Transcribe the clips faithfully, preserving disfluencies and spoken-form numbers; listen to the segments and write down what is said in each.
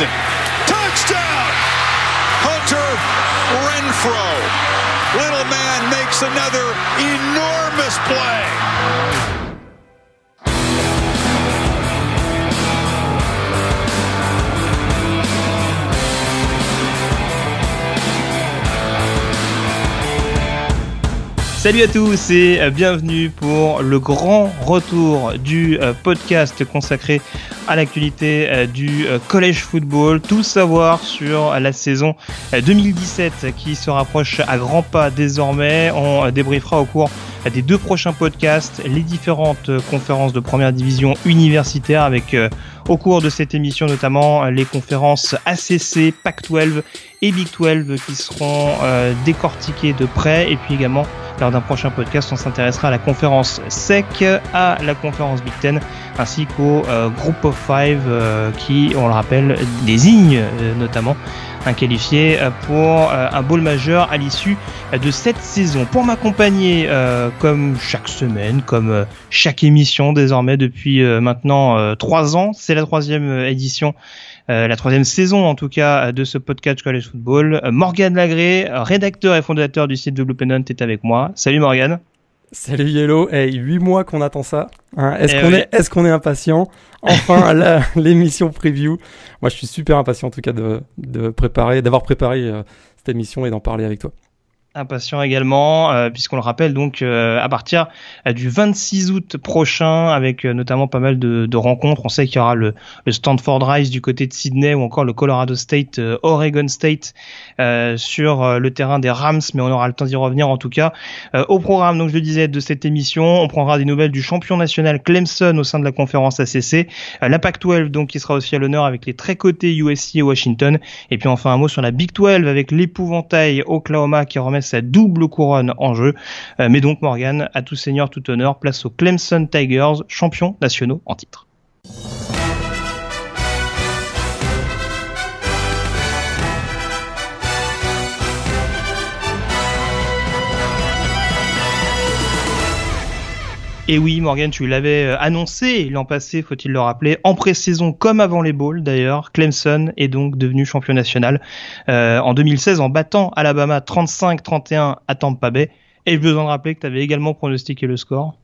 Jackson. Touchdown! Hunter Renfrow. Little man makes another enormous play. Salut à tous et bienvenue pour le grand retour du podcast consacré à l'actualité du college football. Tout savoir sur la saison deux mille dix-sept qui se rapproche à grands pas désormais. On débriefera au cours des deux prochains podcasts les différentes conférences de première division universitaire avec au cours de cette émission notamment les conférences A C C, Pac douze et Big douze qui seront euh, décortiquées de près, et puis également lors d'un prochain podcast on s'intéressera à la conférence S E C, à la conférence Big Ten ainsi qu'au euh, Group of Five euh, qui, on le rappelle, désigne euh, notamment un qualifié pour euh, un bowl majeur à l'issue de cette saison. Pour m'accompagner euh, comme chaque semaine, comme euh, chaque émission désormais depuis euh, maintenant euh, trois ans, c'est la troisième édition, euh, la troisième saison en tout cas de ce podcast College Football. Euh, Morgane Lagré, rédacteur et fondateur du site The Blue Pennant, est avec moi. Salut Morgane. Salut Yellow, hey, huit mois qu'on attend ça. Hein, est-ce, eh qu'on oui. est, est-ce qu'on est impatient? Enfin, la, l'émission preview. Moi, je suis super impatient en tout cas de, de préparer, d'avoir préparé euh, cette émission et d'en parler avec toi. Impatient également, euh, puisqu'on le rappelle donc euh, à partir euh, du vingt-six août prochain, avec euh, notamment pas mal de, de rencontres. On sait qu'il y aura le, le Stanford Rise du côté de Sydney ou encore le Colorado State, euh, Oregon State euh, sur euh, le terrain des Rams, mais on aura le temps d'y revenir en tout cas. Euh, au programme, donc je le disais, de cette émission, on prendra des nouvelles du champion national Clemson au sein de la conférence A C C, euh, la Pac douze donc qui sera aussi à l'honneur avec les très cotés U S C et Washington, et puis enfin un mot sur la Big douze avec l'épouvantail Oklahoma qui remet sa double couronne en jeu. Euh, mais donc Morgan, à tout seigneur, tout honneur, place aux Clemson Tigers, champions nationaux en titre. Et oui, Morgan, tu l'avais annoncé l'an passé, faut-il le rappeler, en pré-saison comme avant les bowls d'ailleurs, Clemson est donc devenu champion national euh, en deux mille seize en battant Alabama trente-cinq trente et un à Tampa Bay. Et j'ai besoin de rappeler que tu avais également pronostiqué le score.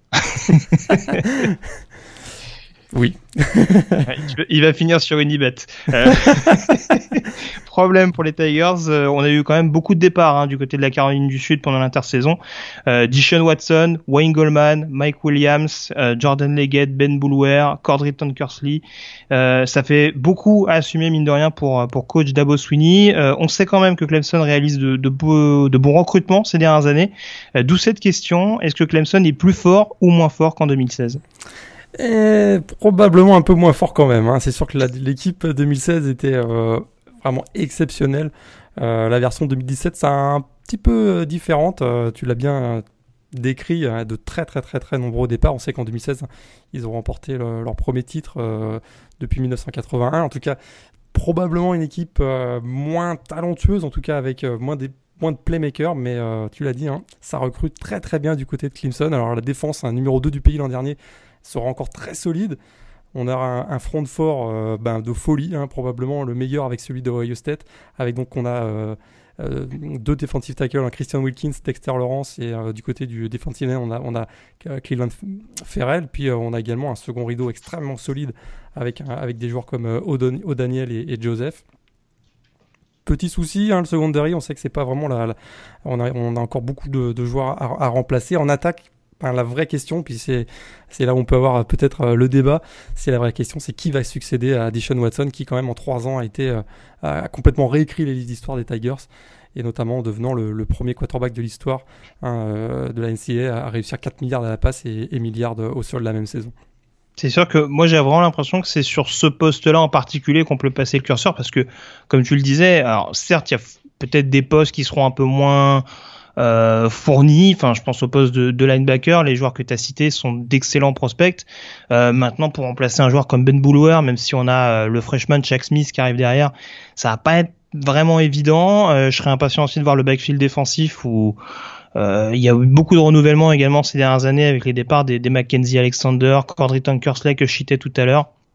Oui. Il va finir sur une ibet. Euh, problème pour les Tigers, euh, on a eu quand même beaucoup de départs hein, du côté de la Caroline du Sud pendant l'intersaison. Euh, Deshaun Watson, Wayne Gallman, Mike Williams, euh, Jordan Leggett, Ben Boulware, Cordry Tonkersley. Euh, ça fait beaucoup à assumer mine de rien pour pour coach Dabo Swinney. Euh, on sait quand même que Clemson réalise de de, beaux, de bons recrutements ces dernières années. Euh, d'où cette question, est-ce que Clemson est plus fort ou moins fort qu'en deux mille seize? Et probablement un peu moins fort quand même. Hein. C'est sûr que la, l'équipe deux mille seize était euh, vraiment exceptionnelle. Euh, la version deux mille dix-sept, c'est un petit peu différente. Euh, tu l'as bien décrit, hein, de très très très très nombreux départs. On sait qu'en deux mille seize, ils ont remporté le, leur premier titre euh, depuis dix-neuf cent quatre-vingt-un. En tout cas, probablement une équipe euh, moins talentueuse, en tout cas avec euh, moins des moins de playmakers, mais euh, tu l'as dit, hein, ça recrute très très bien du côté de Clemson. Alors la défense, un numéro deux du pays l'an dernier, sera encore très solide. On a un, un front fort euh, ben, de folie, hein, probablement le meilleur avec celui de Ohio State. Avec donc on a euh, euh, deux defensive tackles, un Christian Wilkins, Dexter Lawrence, et euh, du côté du defensive end, on a, on a Cleveland Ferrell. Puis euh, on a également un second rideau extrêmement solide avec, un, avec des joueurs comme euh, O'Don- O'Daniel et, et Joseph. Petit souci, hein, le secondary, on sait que c'est pas vraiment la, la on, a, on a encore beaucoup de, de joueurs à, à remplacer. En attaque, enfin, la vraie question, puis c'est, c'est là où on peut avoir peut-être euh, le débat, c'est la vraie question, c'est qui va succéder à Deshaun Watson, qui quand même en trois ans a été euh, a complètement réécrit les livres d'histoire des Tigers, et notamment en devenant le, le premier quarterback de l'histoire hein, euh, de la N C A A à réussir quatre milliards à la passe et, et milliards au sol la même saison. C'est sûr que moi j'ai vraiment l'impression que c'est sur ce poste-là en particulier qu'on peut passer le curseur, parce que comme tu le disais, alors certes il y a f- peut-être des postes qui seront un peu moins euh, fournis, enfin je pense au poste de, de linebacker, les joueurs que tu as cités sont d'excellents prospects. Euh, maintenant pour remplacer un joueur comme Ben Boulware, même si on a euh, le freshman Shaq Smith qui arrive derrière, ça va pas être vraiment évident. Euh, je serais impatient aussi de voir le backfield défensif où Euh, il y a eu beaucoup de renouvellement également ces dernières années avec les départs des, des Mackenzie Alexander, Cordry Tonkersley que je citais tout à l'heure.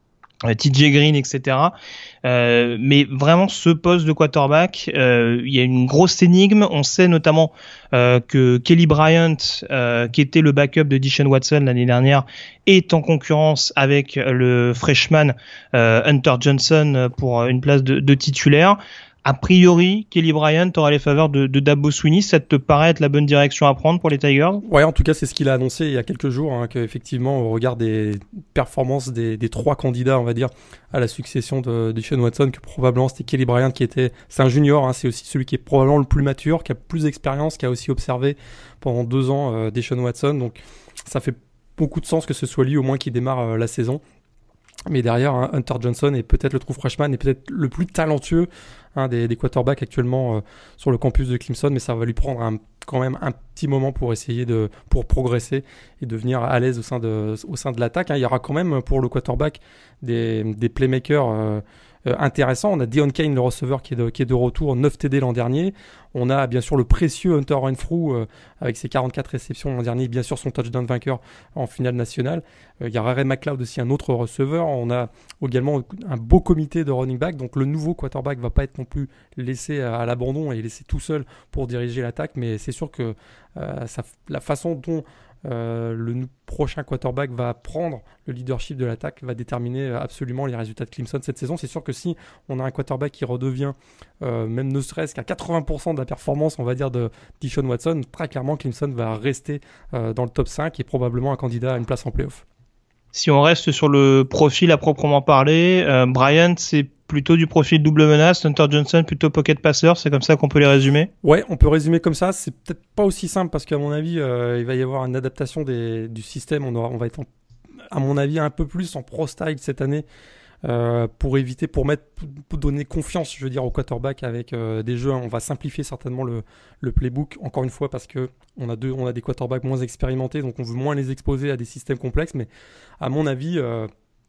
T J Green, et cetera. Euh, mais vraiment, ce poste de quarterback, euh, il y a une grosse énigme. On sait notamment euh, que Kelly Bryant, euh, qui était le backup de Deshaun Watson l'année dernière, est en concurrence avec le freshman euh, Hunter Johnson pour une place de, de titulaire. A priori, Kelly Bryant aura les faveurs de, de Dabo Swinney. Ça te paraît être la bonne direction à prendre pour les Tigers? Ouais, en tout cas, c'est ce qu'il a annoncé il y a quelques jours, hein, qu'effectivement, au regard des performances des, des trois candidats, on va dire, à la succession de, de Deshaun Watson, que probablement c'était Kelly Bryant qui était, c'est un junior, hein, c'est aussi celui qui est probablement le plus mature, qui a plus d'expérience, qui a aussi observé pendant deux ans euh, Deshaun Watson. Donc, ça fait beaucoup de sens que ce soit lui au moins qui démarre euh, la saison. Mais derrière, hein, Hunter Johnson est peut-être le true freshman et peut-être le plus talentueux hein, des, des quarterbacks actuellement euh, sur le campus de Clemson, mais ça va lui prendre un, quand même un petit moment pour essayer de pour progresser et devenir à l'aise au sein de au sein de l'attaque. Hein. Il y aura quand même pour le quarterback des, des playmakers euh, euh, intéressants. On a Deon Cain, le receveur, qui est de, qui est de retour, neuf T D l'an dernier. On a bien sûr le précieux Hunter Renfrew euh, avec ses quarante-quatre réceptions l'an dernier, bien sûr son touchdown vainqueur en finale nationale. Euh, il y a Ray McLeod aussi, un autre receveur. On a également un beau comité de running back. Donc le nouveau quarterback va pas être non plus laissé à, à l'abandon et laissé tout seul pour diriger l'attaque. Mais c'est sûr que euh, ça, la façon dont Euh, le prochain quarterback va prendre le leadership de l'attaque va déterminer absolument les résultats de Clemson cette saison. C'est sûr que si on a un quarterback qui redevient euh, même ne serait-ce qu'à quatre-vingts pour cent de la performance, on va dire, de Deshaun Watson, très clairement Clemson va rester euh, dans le top cinq et probablement un candidat à une place en playoff. Si on reste sur le profil à proprement parler, euh, Bryant, c'est plutôt du profil double menace, Hunter Johnson plutôt pocket passeur, c'est comme ça qu'on peut les résumer? Ouais, on peut résumer comme ça. C'est peut-être pas aussi simple parce qu'à mon avis, euh, il va y avoir une adaptation des, du système. On, aura, on va être, en, à mon avis, un peu plus en pro style cette année euh, pour éviter, pour mettre, pour donner confiance, je veux dire, au quarterback avec euh, des jeux. On va simplifier certainement le, le playbook. Encore une fois, parce que on a deux, on a des quarterbacks moins expérimentés, donc on veut moins les exposer à des systèmes complexes. Mais à mon avis. Euh,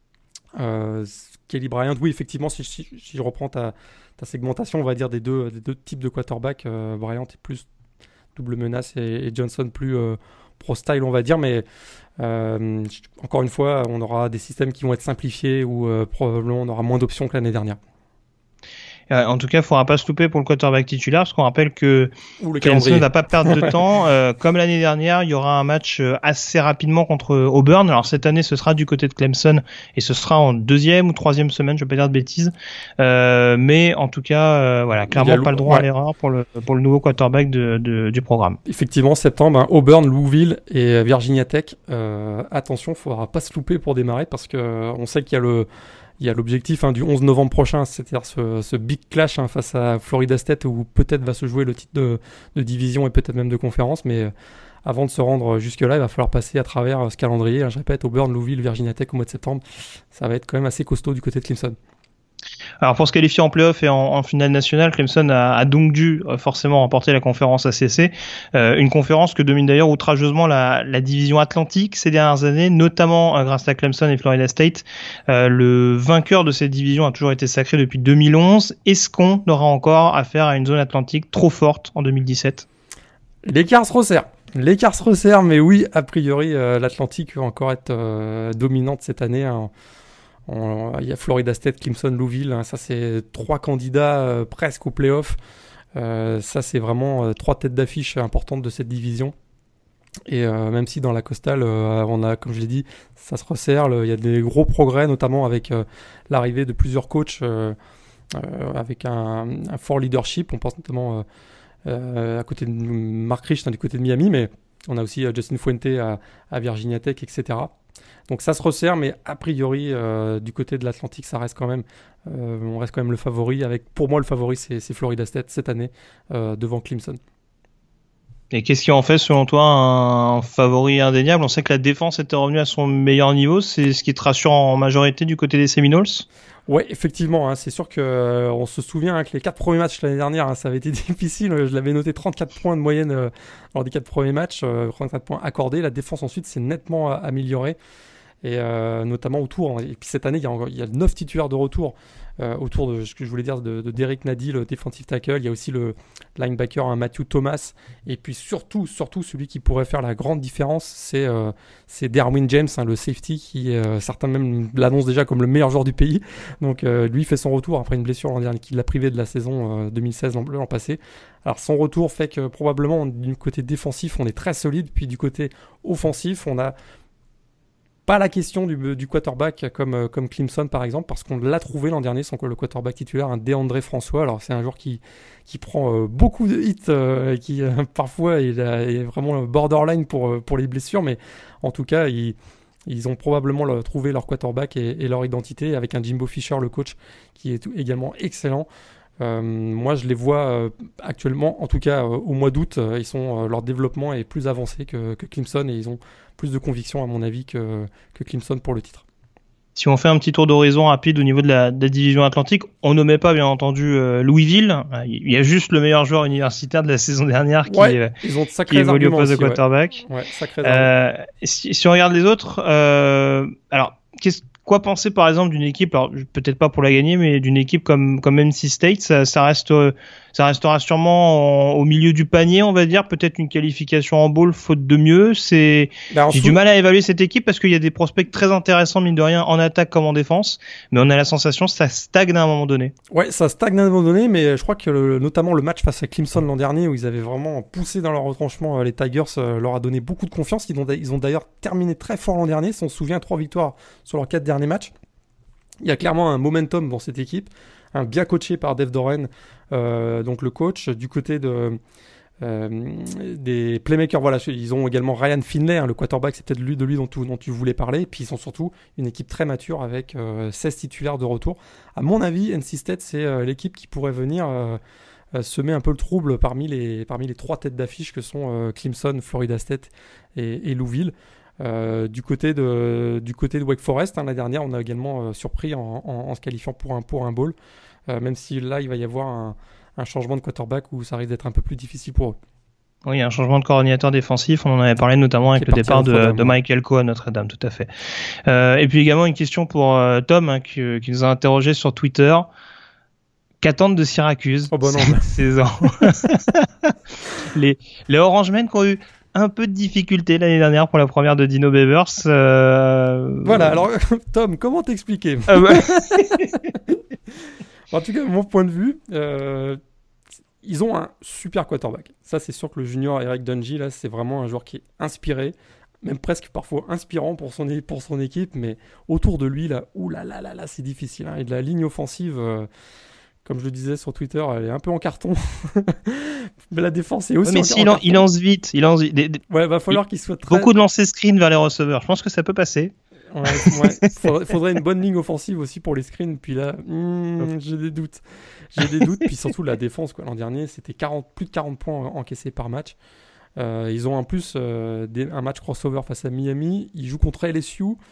Euh, Kelly Bryant, oui, effectivement, si, si, si je reprends ta, ta segmentation, on va dire des deux, des deux types de quarterback, euh, Bryant est plus double menace et, et Johnson plus euh, pro style, on va dire, mais euh, encore une fois, on aura des systèmes qui vont être simplifiés ou euh, probablement on aura moins d'options que l'année dernière. Euh, en tout cas, il ne faudra pas se louper pour le quarterback titulaire, parce qu'on rappelle que Clemson ne va pas perdre de temps. Euh, comme l'année dernière, il y aura un match assez rapidement contre Auburn. Alors cette année, ce sera du côté de Clemson, et ce sera en deuxième ou troisième semaine, je ne vais pas dire de bêtises. Euh, mais en tout cas, euh, voilà, clairement pas le droit ouais. à l'erreur pour le, pour le nouveau quarterback de, de, du programme. Effectivement, septembre, hein, Auburn, Louisville et Virginia Tech. Euh, attention, il ne faudra pas se louper pour démarrer, parce qu'on sait qu'il y a le... Il y a l'objectif hein, du onze novembre prochain, c'est-à-dire ce, ce big clash hein, face à Florida State où peut-être va se jouer le titre de, de division et peut-être même de conférence. Mais euh, avant de se rendre jusque-là, il va falloir passer à travers euh, ce calendrier. Hein, je répète, Auburn, Louisville, Virginia Tech au mois de septembre. Ça va être quand même assez costaud du côté de Clemson. Alors pour se qualifier en play-off et en, en finale nationale, Clemson a, a donc dû euh, forcément remporter la conférence A C C, euh, une conférence que domine d'ailleurs outrageusement la, la division Atlantique ces dernières années, notamment euh, grâce à Clemson et Florida State. Euh, le vainqueur de cette division a toujours été sacré depuis deux mille onze. Est-ce qu'on aura encore affaire à une zone atlantique trop forte en deux mille dix-sept? L'écart se resserre. L'écart se resserre, mais oui, a priori, euh, l'Atlantique va encore être euh, dominante cette année. Hein. On, il y a Florida State, Clemson, Louisville. Hein, ça, c'est trois candidats euh, presque au play-off. Euh, ça, c'est vraiment euh, trois têtes d'affiche importantes de cette division. Et euh, même si dans la Coastal, euh, on a, comme je l'ai dit, ça se resserre. Le, il y a des gros progrès, notamment avec euh, l'arrivée de plusieurs coachs euh, euh, avec un, un fort leadership. On pense notamment euh, euh, à côté de Mark Rich, du côté de Miami, mais on a aussi euh, Justin Fuente à, à Virginia Tech, et cetera. Donc ça se resserre, mais a priori, euh, du côté de l'Atlantique, ça reste quand même, euh, on reste quand même le favori. Avec, pour moi, le favori, c'est, c'est Florida State cette année, euh, devant Clemson. Et qu'est-ce qui en fait, selon toi, un favori indéniable? On sait que la défense était revenue à son meilleur niveau. C'est ce qui te rassure en majorité du côté des Seminoles? Ouais, effectivement, hein, c'est sûr que euh, on se souvient hein, que les quatre premiers matchs l'année dernière, hein, ça avait été difficile. Je l'avais noté trente-quatre points de moyenne euh, lors des quatre premiers matchs, euh, trente-quatre points accordés. La défense ensuite s'est nettement euh, améliorée. et euh, notamment autour. Et puis cette année, il y a, il y a neuf titulaires de retour euh, autour de ce que je voulais dire de, de Derek Nady, le defensive tackle. Il y a aussi le linebacker hein, Matthew Thomas, et puis surtout, surtout celui qui pourrait faire la grande différence, c'est, euh, c'est Derwin James, hein, le safety, qui euh, certains même l'annoncent déjà comme le meilleur joueur du pays. Donc euh, lui fait son retour après une blessure l'an dernier qui l'a privé de la saison euh, deux mille seize l'an, l'an passé. Alors son retour fait que probablement du côté défensif on est très solide, puis du côté offensif on a pas la question du, du quarterback comme, comme Clemson par exemple, parce qu'on l'a trouvé l'an dernier, son le quarterback titulaire, un DeAndre François. Alors c'est un joueur qui, qui prend euh, beaucoup de hits, euh, qui euh, parfois il, a, il est vraiment borderline pour, pour les blessures, mais en tout cas il, ils ont probablement le, trouvé leur quarterback et, et leur identité, avec un Jimbo Fisher, le coach, qui est tout, également excellent. Euh, moi je les vois euh, actuellement, en tout cas euh, au mois d'août, euh, ils sont, euh, leur développement est plus avancé que, que Clemson, et ils ont plus de conviction à mon avis que, que Clemson pour le titre. Si on fait un petit tour d'horizon rapide au niveau de la, de la division Atlantique, on nommait pas bien entendu euh, Louisville. Il y a juste le meilleur joueur universitaire de la saison dernière qui, ouais, euh, ils ont qui évolue au poste de quarterback. Ouais. Ouais, sacré euh, si, si on regarde les autres, euh, alors qu'est-ce Quoi penser par exemple d'une équipe, alors peut-être pas pour la gagner, mais d'une équipe comme comme M C State, ça, ça reste, ça restera sûrement en, au milieu du panier, on va dire, peut-être une qualification en bowl faute de mieux. C'est, ben, j'ai sous... du mal à évaluer cette équipe parce qu'il y a des prospects très intéressants mine de rien en attaque comme en défense, mais on a la sensation que ça stagne à un moment donné. Ouais, ça stagne à un moment donné, mais je crois que le, notamment le match face à Clemson l'an dernier où ils avaient vraiment poussé dans leur retranchement, les Tigers euh, leur a donné beaucoup de confiance. Ils ont, ils ont d'ailleurs terminé très fort l'an dernier. Si on se souvient, trois victoires sur leurs quatre derniers matchs. Il y a clairement un momentum dans cette équipe, hein, bien coaché par Dave Doeren, euh, donc le coach. Du côté de, euh, des playmakers, voilà, ils ont également Ryan Finlay, hein, le quarterback, c'est peut-être lui, de lui dont tu, dont tu voulais parler. Et puis ils sont surtout une équipe très mature avec euh, seize titulaires de retour. À mon avis, N C State, c'est euh, l'équipe qui pourrait venir euh, euh, semer un peu le trouble parmi les, parmi les trois têtes d'affiche que sont euh, Clemson, Florida State et, et Louisville. Euh, du côté de du côté de Wake Forest, hein, la dernière, on a également euh, surpris en, en, en se qualifiant pour un pour un bowl, euh, même si là il va y avoir un, un changement de quarterback où ça risque d'être un peu plus difficile pour eux. Oui, il y a un changement de coordinateur défensif, on en avait parlé notamment avec le départ de, de Michael Coe à Notre-Dame, tout à fait. Euh, et puis également une question pour euh, Tom, hein, qui, qui nous a interrogé sur Twitter. Qu'attendent de Syracuse oh, bon, non, cette saison? les les Orangemen qui ont eu un peu de difficulté l'année dernière pour la première de Dino Babers. Euh... Voilà, alors Tom, comment t'expliquer? Ah ouais. En tout cas, mon point de vue, euh, ils ont un super quarterback. Ça, c'est sûr que le junior Eric Dungey, là, c'est vraiment un joueur qui est inspiré, même presque parfois inspirant pour son, pour son équipe, mais autour de lui, là, ouh là là là là, c'est difficile. Hein, et de la ligne offensive... Euh, Comme je le disais sur Twitter, elle est un peu en carton. Mais la défense est aussi ouais, mais en, si en il carton. Il lance vite. Il lance vite. Des, des... Ouais, va falloir il... qu'il soit très... Beaucoup de lancers screen vers les receveurs. Je pense que ça peut passer. Ouais, ouais. Faudrait, faudrait une bonne ligne offensive aussi pour les screens. Puis là, hmm, j'ai des doutes. J'ai des doutes. Puis surtout la défense, quoi. L'an dernier, c'était quarante, plus de quarante points encaissés par match. Euh, ils ont en plus euh, des, un match crossover face à Miami. Ils jouent contre L S U.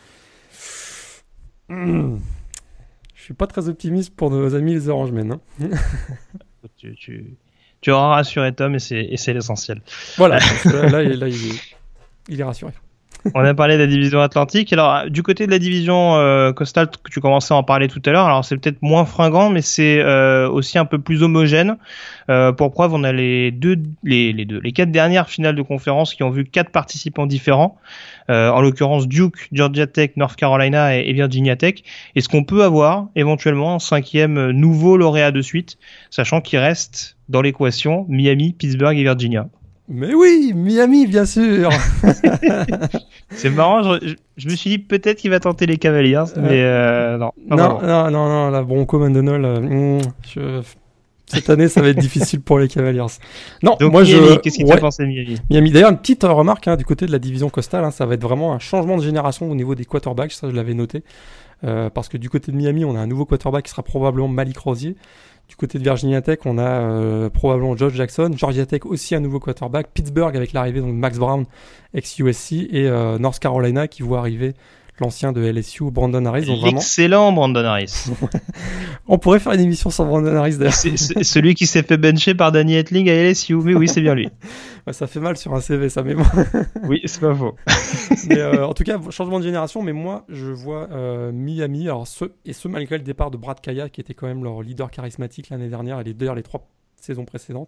Hmm. Je suis pas très optimiste pour nos amis les Orangemen. Hein. tu, tu, tu auras rassuré Tom et c'est, et c'est l'essentiel. Voilà, là, là, là il, est, il est rassuré. On a parlé de la division Atlantique. Alors, du côté de la division euh, Coastal, que tu commençais à en parler tout à l'heure, alors c'est peut-être moins fringant, mais c'est euh, aussi un peu plus homogène. Euh, pour preuve, on a les deux, les, les deux, les quatre dernières finales de conférence qui ont vu quatre participants différents. Euh, en l'occurrence Duke, Georgia Tech, North Carolina et, et Virginia Tech. Est-ce qu'on peut avoir éventuellement un cinquième nouveau lauréat de suite, sachant qu'il reste dans l'équation Miami, Pittsburgh et Virginia? Mais oui, Miami, bien sûr. C'est marrant, je, je me suis dit peut-être qu'il va tenter les Cavaliers, euh, mais euh, non. Non, non, non, non, non, la Bronco Mandonol, euh, je... cette année, ça va être difficile pour les Cavaliers. Non, donc moi, Miami, je... qu'est-ce qui ouais. t'a pensé Miami? Miami. D'ailleurs, une petite remarque hein, du côté de la division Coastal, hein, ça va être vraiment un changement de génération au niveau des quarterbacks, ça je l'avais noté, euh, parce que du côté de Miami, on a un nouveau quarterback qui sera probablement Malik Rosier. Du côté de Virginia Tech, on a euh, probablement Josh Jackson. Georgia Tech aussi un nouveau quarterback. Pittsburgh avec l'arrivée de Max Brown, ex-U S C, et euh, North Carolina qui voit arriver l'ancien de L S U, Brandon Harris. Donc vraiment... Excellent Brandon Harris. On pourrait faire une émission sur Brandon Harris d'ailleurs. C'est, c'est celui qui s'est fait bencher par Danny Etling à L S U. Mais oui, c'est bien lui. Ouais, ça fait mal sur un C V, ça, mais bon. Oui, c'est pas faux. mais euh, en tout cas, changement de génération, mais moi, je vois euh, Miami, alors ce, et ce malgré le départ de Brad Kaaya, qui était quand même leur leader charismatique l'année dernière, et les, d'ailleurs les trois saisons précédentes.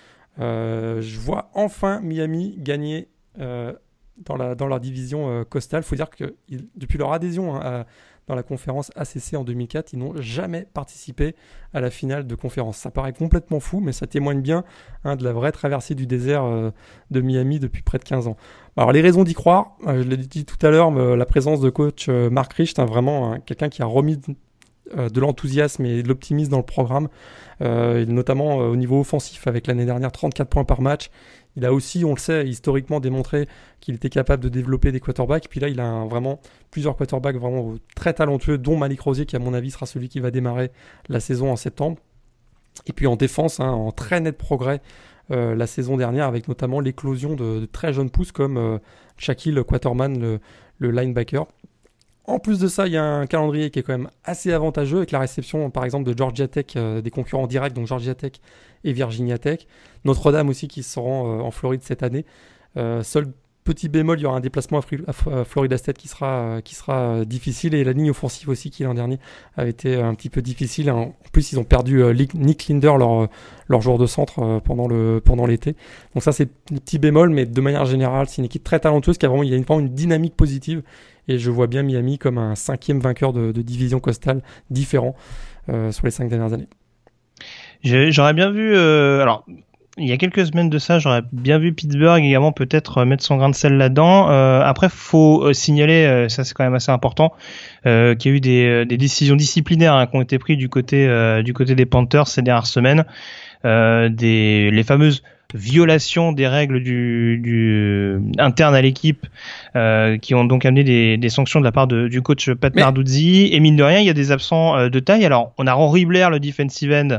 Euh, je vois enfin Miami gagner euh, dans, la, dans leur division euh, Coastal. Il faut dire que ils, depuis leur adhésion hein, à, dans la conférence A C C en deux mille quatre, ils n'ont jamais participé à la finale de conférence. Ça paraît complètement fou, mais ça témoigne bien hein, de la vraie traversée du désert euh, de Miami depuis près de quinze ans. Alors les raisons d'y croire, euh, je l'ai dit tout à l'heure, euh, la présence de coach euh, Mark Richt, hein, vraiment hein, quelqu'un qui a remis de, euh, de l'enthousiasme et de l'optimisme dans le programme, euh, notamment euh, au niveau offensif avec l'année dernière trente-quatre points par match. Il a aussi, on le sait, historiquement démontré qu'il était capable de développer des quarterbacks. Puis là, il a un, vraiment plusieurs quarterbacks vraiment très talentueux, dont Malik Rosier, qui à mon avis sera celui qui va démarrer la saison en septembre. Et puis en défense, hein, en très net progrès euh, la saison dernière, avec notamment l'éclosion de, de très jeunes pousses comme euh, Shaquille Quaterman, le, le linebacker. En plus de ça, il y a un calendrier qui est quand même assez avantageux avec la réception, par exemple, de Georgia Tech, euh, des concurrents directs, donc Georgia Tech et Virginia Tech. Notre-Dame aussi qui se rend euh, en Floride cette année. Euh, seul petit bémol, il y aura un déplacement à, Fri- à Florida State qui sera, euh, qui sera euh, difficile, et la ligne offensive aussi qui l'an dernier a été euh, un petit peu difficile. En plus, ils ont perdu euh, Nick Linder, leur, leur joueur de centre, euh, pendant, le, pendant l'été. Donc ça, c'est un petit bémol, mais de manière générale, c'est une équipe très talentueuse qui a vraiment, il y a une, vraiment une dynamique positive. Et je vois bien Miami comme un cinquième vainqueur de, de division costale différent euh, sur les cinq dernières années. J'ai, j'aurais bien vu... Euh, alors, il y a quelques semaines de ça, j'aurais bien vu Pittsburgh également peut-être mettre son grain de sel là-dedans. Euh, après, faut euh, signaler, euh, ça c'est quand même assez important, euh, qu'il y a eu des, des décisions disciplinaires hein, qui ont été prises du côté, euh, du côté des Panthers ces dernières semaines. Euh, des, les fameuses violations des règles du, du interne à l'équipe euh, qui ont donc amené des, des sanctions de la part de, du coach Pat Mais... Narduzzi, et mine de rien il y a des absents euh, de taille. Alors on a Rory Blair, le defensive end,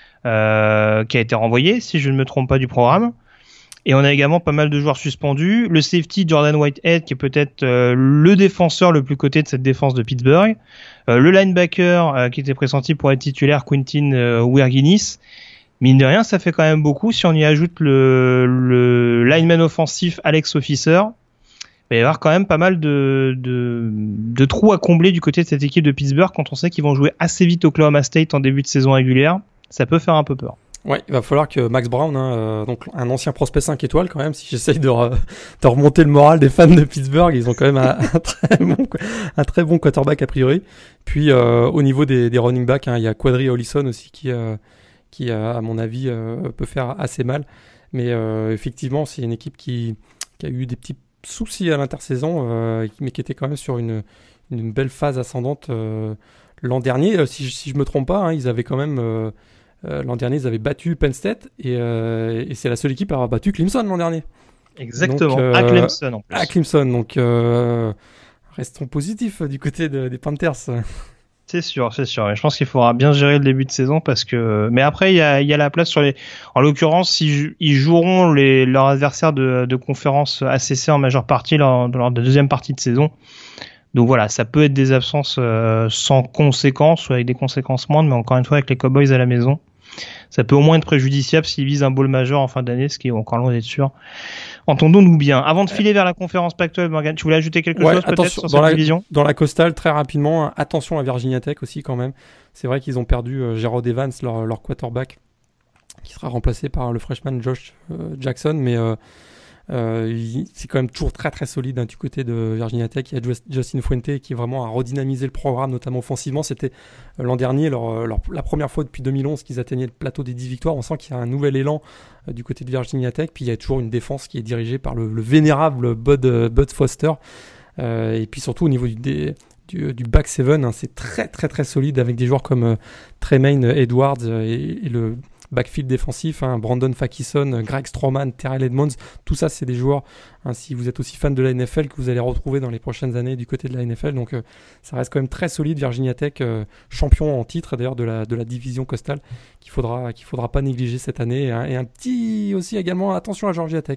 euh, qui a été renvoyé si je ne me trompe pas du programme, et on a également pas mal de joueurs suspendus. Le safety Jordan Whitehead qui est peut-être euh, le défenseur le plus coté de cette défense de Pittsburgh, euh, le linebacker euh, qui était pressenti pour être titulaire Quentin euh, Wirginis. Mine de rien, ça fait quand même beaucoup. Si on y ajoute le, le lineman offensif Alex Officer, il va y avoir quand même pas mal de, de, de trous à combler du côté de cette équipe de Pittsburgh quand on sait qu'ils vont jouer assez vite Oklahoma State en début de saison régulière. Ça peut faire un peu peur. Ouais, il va falloir que Max Brown, hein, euh, donc un ancien prospect cinq étoiles quand même, si j'essaye de, re, de remonter le moral des fans de Pittsburgh, ils ont quand même un, un, très, bon, un très bon quarterback a priori. Puis euh, au niveau des, des running backs, hein, il y a Quadri Ollison aussi qui... Euh, qui, à mon avis, euh, peut faire assez mal. Mais euh, effectivement, c'est une équipe qui, qui a eu des petits soucis à l'intersaison, euh, mais qui était quand même sur une, une belle phase ascendante euh, l'an dernier. Euh, si, si je ne me trompe pas, hein, ils avaient quand même... Euh, euh, l'an dernier, ils avaient battu Penn State, et, euh, et c'est la seule équipe à avoir battu Clemson l'an dernier. Exactement, donc, euh, à Clemson en plus. À Clemson, donc euh, restons positifs du côté de, des Panthers. C'est sûr, c'est sûr. Et je pense qu'il faudra bien gérer le début de saison parce que. Mais après, il y a, il y a la place sur les. En l'occurrence, ils, ils joueront les leurs adversaires de, de conférence A C C en majeure partie lors, lors de la deuxième partie de saison. Donc voilà, ça peut être des absences euh, sans conséquences ou avec des conséquences moindres, mais encore une fois avec les Cowboys à la maison, ça peut au moins être préjudiciable s'ils visent un bowl majeur en fin d'année, ce qui est encore loin d'être sûr. Entendons-nous bien. Avant de filer vers la conférence Pac douze, Morgan, tu voulais ajouter quelque ouais, chose peut-être sur cette la, division ? Dans la Coastal, très rapidement, attention à Virginia Tech aussi quand même. C'est vrai qu'ils ont perdu euh, Gerald Evans, leur, leur quarterback, qui sera remplacé par le freshman Josh euh, Jackson, mais euh, euh, il, c'est quand même toujours très très solide hein, du côté de Virginia Tech. Il y a Justin Fuente qui vraiment a redynamisé le programme, notamment offensivement. C'était euh, l'an dernier, leur, leur, la première fois depuis deux mille onze qu'ils atteignaient le plateau des dix victoires. On sent qu'il y a un nouvel élan euh, du côté de Virginia Tech. Puis il y a toujours une défense qui est dirigée par le, le vénérable Bud, euh, Bud Foster. Euh, et puis surtout au niveau du, des, du, du back seven, hein, c'est très très très solide avec des joueurs comme euh, Tremaine Edwards euh, et, et le backfield défensif, hein, Brandon Fackison, Greg Stroman, Terrell Edmonds, tout ça c'est des joueurs, hein, si vous êtes aussi fan de la N F L, que vous allez retrouver dans les prochaines années du côté de la N F L, donc euh, ça reste quand même très solide. Virginia Tech, euh, champion en titre d'ailleurs de la, de la division Coastal, qu'il faudra, qu'il faudra pas négliger cette année, et un, et un petit aussi également, attention à Georgia Tech.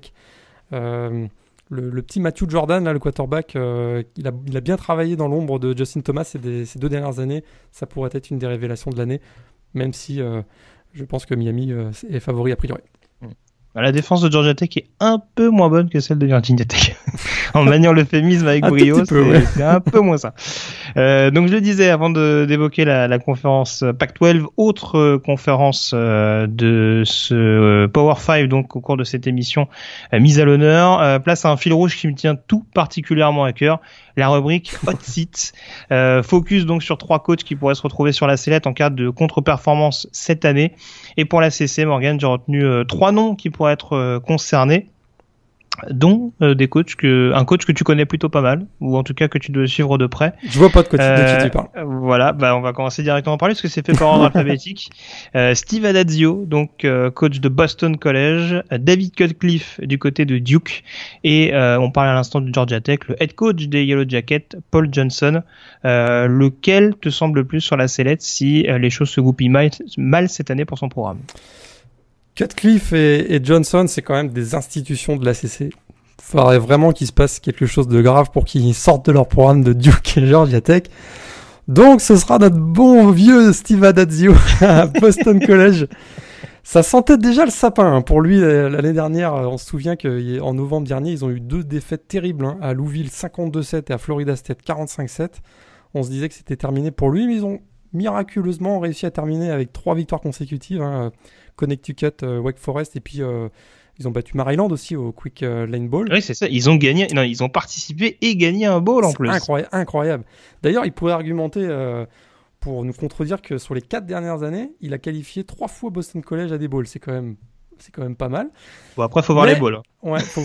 Euh, le, le petit Matthew Jordan, là, le quarterback, euh, il, a, il a bien travaillé dans l'ombre de Justin Thomas ces, des, ces deux dernières années, ça pourrait être une des révélations de l'année, même si euh, je pense que Miami euh, est favori a priori. La défense de Georgia Tech est un peu moins bonne que celle de Virginia Tech. En maniant l'euphémisme avec un brio, peu, c'est, ouais. c'est un peu moins ça. Euh, donc je le disais avant de, d'évoquer la, la conférence Pac douze, autre euh, conférence euh, de ce euh, Power cinq, donc au cours de cette émission euh, mise à l'honneur, euh, place à un fil rouge qui me tient tout particulièrement à cœur, la rubrique Hot Seat. Euh, focus donc sur trois coachs qui pourraient se retrouver sur la sellette en cas de contre-performance cette année. Et pour la C C, Morgan, j'ai retenu euh, trois noms qui pourraient être euh, concernés, dont euh, des coachs que un coach que tu connais plutôt pas mal, ou en tout cas que tu dois suivre de près. Je vois pas de, quoi, euh, de qui tu parles. Voilà, bah on va commencer directement à parler parce que c'est fait par ordre alphabétique. Euh, Steve Adazio, donc euh, coach de Boston College, David Cutcliffe du côté de Duke, et euh, on parle à l'instant de Georgia Tech, le head coach des Yellow Jackets, Paul Johnson. Euh, lequel te semble le plus sur la sellette si euh, les choses se goupillent mal, mal cette année pour son programme? Cutcliffe et, et Johnson, c'est quand même des institutions de l'A C C. Il faudrait vraiment qu'il se passe quelque chose de grave pour qu'ils sortent de leur programme de Duke et Georgia Tech. Donc, ce sera notre bon vieux Steve Adazio à Boston College. Ça sentait déjà le sapin hein. Pour lui l'année dernière. On se souvient qu'en novembre dernier, ils ont eu deux défaites terribles hein, à Louisville cinquante-deux sept et à Florida State quarante-cinq sept. On se disait que c'était terminé pour lui, mais ils ont miraculeusement réussi à terminer avec trois victoires consécutives. Hein. Connecticut, euh, Wake Forest, et puis euh, ils ont battu Maryland aussi au Quick euh, Lane Bowl. Oui, c'est ça. Ils ont gagné, non, ils ont participé et gagné un bowl en plus. Incroyable, incroyable. D'ailleurs, ils pourraient argumenter euh, pour nous contredire que sur les quatre dernières années, il a qualifié trois fois Boston College à des bowls. C'est quand même, c'est quand même pas mal. Bon, après, faut voir Mais, les bowls. Ouais. Faut...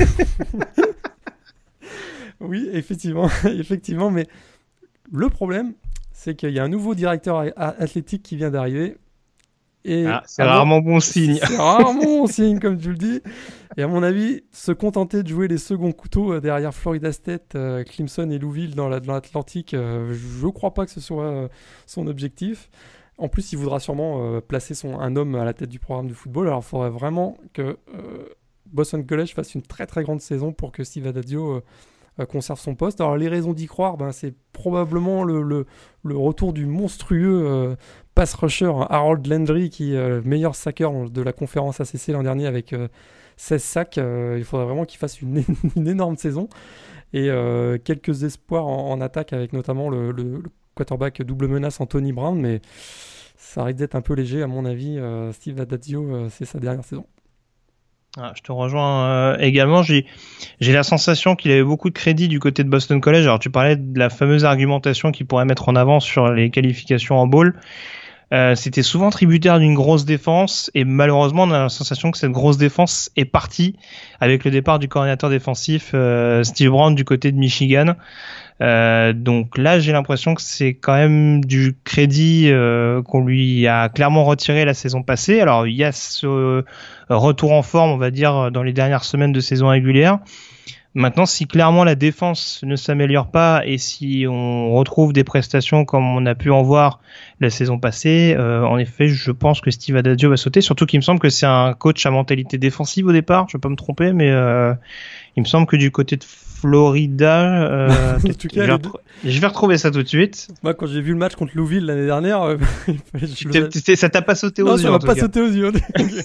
oui, effectivement, effectivement. Mais le problème, c'est qu'il y a un nouveau directeur athlétique qui vient d'arriver. Et ah, c'est alors, rarement bon signe. C'est rarement bon signe, comme tu le dis. Et à mon avis, se contenter de jouer les seconds couteaux euh, derrière Florida State, euh, Clemson et Louisville dans, la, dans l'Atlantique, euh, je ne crois pas que ce soit euh, son objectif. En plus, il voudra sûrement euh, placer son, un homme à la tête du programme de football. Alors, il faudrait vraiment que euh, Boston College fasse une très très grande saison pour que Steve Adazio euh, euh, conserve son poste. Alors, les raisons d'y croire, ben, c'est probablement le, le, le retour du monstrueux euh, pass rusher Harold Landry, qui est euh, meilleur sacker de la conférence A C C l'an dernier avec euh, seize sacs. Euh, il faudrait vraiment qu'il fasse une, une énorme saison. Et euh, quelques espoirs en, en attaque avec notamment le, le, le quarterback double menace Anthony Brown, mais ça risque d'être un peu léger à mon avis. euh, Steve Adazio, euh, c'est sa dernière saison. Ah, je te rejoins euh, également. J'ai, j'ai la sensation qu'il avait beaucoup de crédit du côté de Boston College. Alors tu parlais de la fameuse argumentation qu'il pourrait mettre en avant sur les qualifications en bowl. Euh, c'était souvent tributaire d'une grosse défense et malheureusement on a la sensation que cette grosse défense est partie avec le départ du coordinateur défensif euh, Steve Brown du côté de Michigan. Euh, donc là j'ai l'impression que c'est quand même du crédit euh, qu'on lui a clairement retiré la saison passée. Alors il y a ce euh, retour en forme on va dire dans les dernières semaines de saison régulière. Maintenant, si clairement la défense ne s'améliore pas et si on retrouve des prestations comme on a pu en voir la saison passée, euh, en effet, je pense que Steve Adazio va sauter. Surtout qu'il me semble que c'est un coach à mentalité défensive au départ. Je ne vais pas me tromper, mais euh, il me semble que du côté de Florida, euh, en tout cas, je, vais retr- je vais retrouver ça tout de suite. Moi, quand j'ai vu le match contre Louisville l'année dernière, euh, je ça t'a pas sauté aux non, yeux. Non, ça en m'a tout pas cas. sauté aux yeux.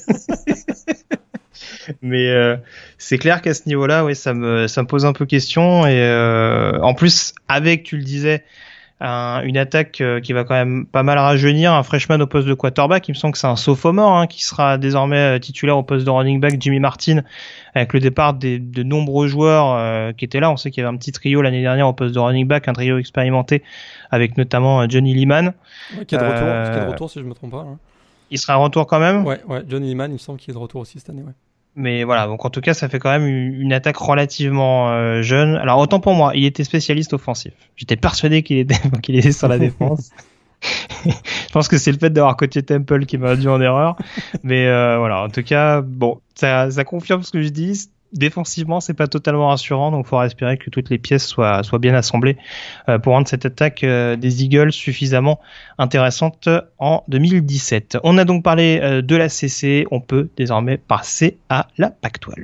Mais euh, c'est clair qu'à ce niveau-là, oui, ça me ça me pose un peu question. Et euh, en plus, avec, tu le disais, un, une attaque euh, qui va quand même pas mal rajeunir, un freshman au poste de quarterback. Il me semble que c'est un sophomore hein, qui sera désormais titulaire au poste de running back, Jimmy Martin, avec le départ des, de nombreux joueurs euh, qui étaient là. On sait qu'il y avait un petit trio l'année dernière au poste de running back, un trio expérimenté avec notamment Johnny Liman. Ouais, qui est de retour, euh, qui est de retour si je me trompe pas. Hein. Il sera en retour quand même. Ouais, ouais, Johnny Liman, il me semble qu'il est de retour aussi cette année. Ouais. Mais voilà, donc en tout cas, ça fait quand même une, une attaque relativement euh, jeune. Alors autant pour moi, il était spécialiste offensif. J'étais persuadé qu'il était qu'il était sur la défense. Je pense que c'est le fait d'avoir coaché Temple qui m'a induit en erreur. Mais euh, voilà, en tout cas, bon, ça, ça confirme ce que je dis. Défensivement, c'est pas totalement rassurant, donc il faudra espérer que toutes les pièces soient, soient bien assemblées euh, pour rendre cette attaque euh, des Eagles suffisamment intéressante en deux mille dix-sept. On a donc parlé euh, de la C C, on peut désormais passer à la Pac douze.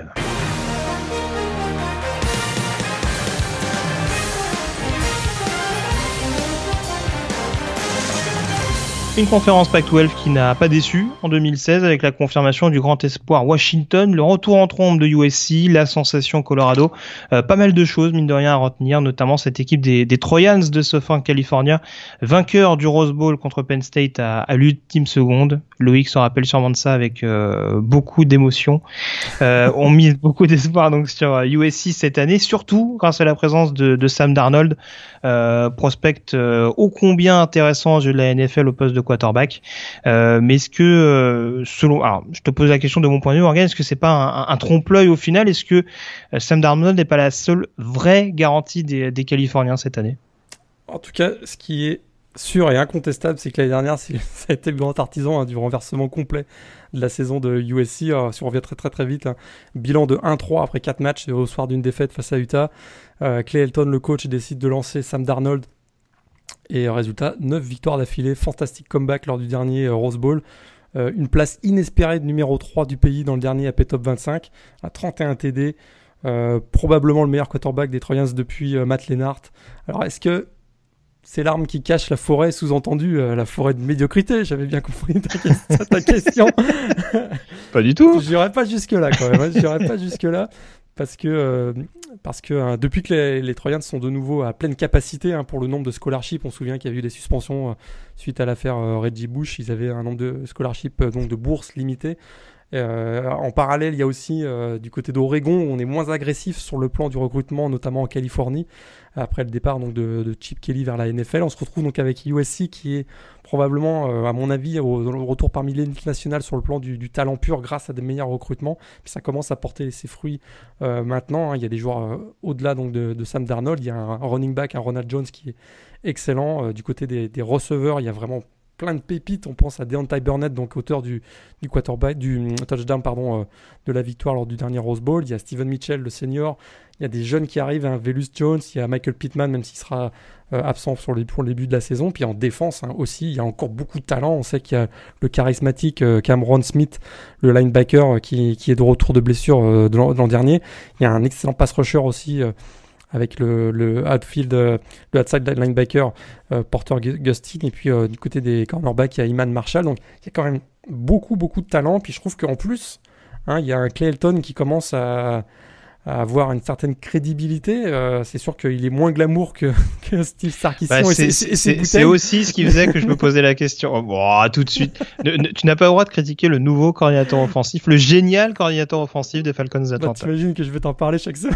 Une conférence Pac douze qui n'a pas déçu en deux mille seize avec la confirmation du grand espoir Washington, le retour en trombe de U S C, la sensation Colorado. Euh, pas mal de choses, mine de rien, à retenir, notamment cette équipe des, des Trojans de Southern California, vainqueur du Rose Bowl contre Penn State à, à l'ultime seconde. Loïc se rappelle sûrement de ça avec euh, beaucoup d'émotion. Euh, on mise beaucoup d'espoir donc sur U S C cette année, surtout grâce à la présence de, de Sam Darnold, euh, prospect euh, ô combien intéressant aux yeux de la N F L au poste de quarterback. Euh, mais est-ce que, euh, selon, alors, je te pose la question de mon point de vue, Morgan, est-ce que c'est pas un, un, un trompe-l'œil au final? Est-ce que euh, Sam Darnold n'est pas la seule vraie garantie des, des Californiens cette année? En tout cas, ce qui est sûr et incontestable, c'est que l'année dernière, c'est, ça a été le grand artisan hein, du renversement complet de la saison de U S C. Alors, si on revient très très très vite, hein, bilan de un trois après quatre matchs au soir d'une défaite face à Utah. Euh, Clay Helton, le coach, décide de lancer Sam Darnold. Et euh, résultat, neuf victoires d'affilée, fantastique comeback lors du dernier euh, Rose Bowl. Euh, une place inespérée de numéro trois du pays dans le dernier A P Top vingt-cinq, à trente et un T D. Euh, probablement le meilleur quarterback des Trojans depuis euh, Matt Leinart. Alors est-ce que c'est l'arme qui cache la forêt, sous-entendu euh, la forêt de médiocrité? J'avais bien compris ta, que- ta question. Pas du tout. Je n'irai pas jusque-là quand même. Hein. Je n'irai pas jusque-là. Parce que, euh, parce que hein, depuis que les, les Trojans sont de nouveau à pleine capacité hein, pour le nombre de scholarships, on se souvient qu'il y a eu des suspensions euh, suite à l'affaire euh, Reggie Bush. Ils avaient un nombre de scholarships, euh, donc de bourses limitées. Euh, en parallèle, il y a aussi euh, du côté d'Oregon, où on est moins agressif sur le plan du recrutement, notamment en Californie, après le départ donc, de, de Chip Kelly vers la N F L. On se retrouve donc avec U S C qui est probablement, euh, à mon avis, au, au retour parmi l'élite nationale sur le plan du, du talent pur grâce à des meilleurs recrutements. Puis ça commence à porter ses fruits euh, maintenant. Hein. Il y a des joueurs euh, au-delà donc, de, de Sam Darnold. Il y a un, un running back, un Ronald Jones qui est excellent. Euh, du côté des, des receveurs, il y a vraiment plein de pépites. On pense à Deontay Burnett, donc auteur du, du quarterback, du touchdown pardon, euh, de la victoire lors du dernier Rose Bowl. Il y a Steven Mitchell, le senior. Il y a des jeunes qui arrivent, hein, Velus Jones, il y a Michael Pittman, même s'il sera euh, absent sur les, pour le début de la saison. Puis en défense hein, aussi, il y a encore beaucoup de talent. On sait qu'il y a le charismatique euh, Cameron Smith, le linebacker, euh, qui, qui est de retour de blessure euh, de, l'an, de l'an dernier. Il y a un excellent pass rusher aussi, euh, avec le, le outfield, euh, le outside linebacker euh, Porter Gustin. Et puis euh, du côté des cornerbacks, il y a Iman Marshall. Donc il y a quand même beaucoup, beaucoup de talent. Puis je trouve qu'en plus, hein, il y a un Clay Helton qui commence à... à avoir une certaine crédibilité. Euh, c'est sûr qu'il est moins glamour que, que Steve Sarkisian. Bah, et c'est, ses, et ses c'est, bouteilles. c'est aussi ce qui faisait que je me posais la question. Oh, bon, tout de suite. Ne, ne, tu n'as pas le droit de critiquer le nouveau coordinateur offensif, le génial coordinateur offensif des Falcons Bah, d'Atlanta. t'imagines que je vais t'en parler chaque semaine.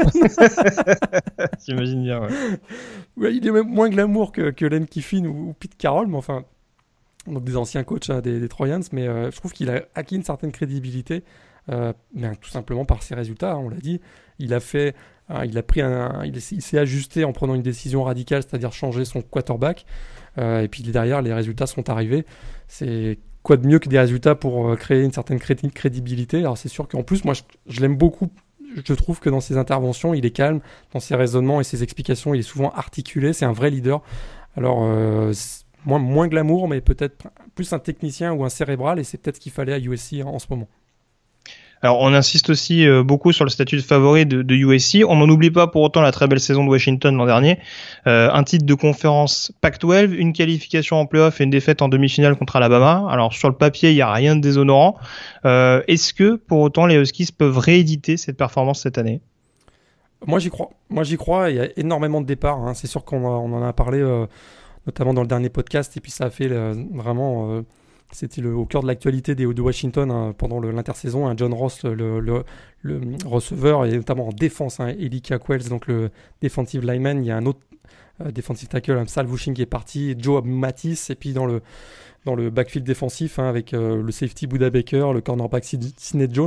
J'imagine bien, ouais. Ouais, il est même moins glamour que, que Lane Kiffin ou, ou Pete Carroll, mais enfin, donc des anciens coachs hein, des, des Trojans, mais euh, je trouve qu'il a acquis une certaine crédibilité, euh, mais tout simplement par ses résultats, hein, on l'a dit. Il a fait, hein, il a pris un, il, il s'est ajusté en prenant une décision radicale, c'est-à-dire changer son quarterback. Euh, et puis derrière, les résultats sont arrivés. C'est quoi de mieux que des résultats pour euh, créer une certaine cré- crédibilité. Alors c'est sûr qu'en plus, moi, je, je l'aime beaucoup. Je trouve que dans ses interventions, il est calme, dans ses raisonnements et ses explications, il est souvent articulé. C'est un vrai leader. Alors euh, moins, moins glamour, mais peut-être plus un technicien ou un cérébral. Et c'est peut-être ce qu'il fallait à U S C en, en ce moment. Alors, on insiste aussi euh, beaucoup sur le statut de favori de, de U S C. On n'en oublie pas pour autant la très belle saison de Washington l'an dernier. Euh, un titre de conférence Pac douze, une qualification en play-off et une défaite en demi-finale contre Alabama. Alors, sur le papier, il n'y a rien de déshonorant. Euh, est-ce que, pour autant, les Huskies peuvent rééditer cette performance cette année ? Moi, j'y crois. Moi, j'y crois. Il y a énormément de départs. Hein. C'est sûr qu'on a, on en a parlé, euh, notamment dans le dernier podcast. Et puis, ça a fait euh, vraiment... Euh, C'était le, au cœur de l'actualité des, de Washington hein, pendant le, l'intersaison. Hein, John Ross, le, le, le receveur, et notamment en défense, hein, Elijah Quells, donc le defensive lineman. Il y a un autre euh, defensive tackle, um, Sal Vushing, qui est parti, Joe Matisse, et puis dans le, dans le backfield défensif, hein, avec euh, le safety Buda Baker, le cornerback Sidney Jones,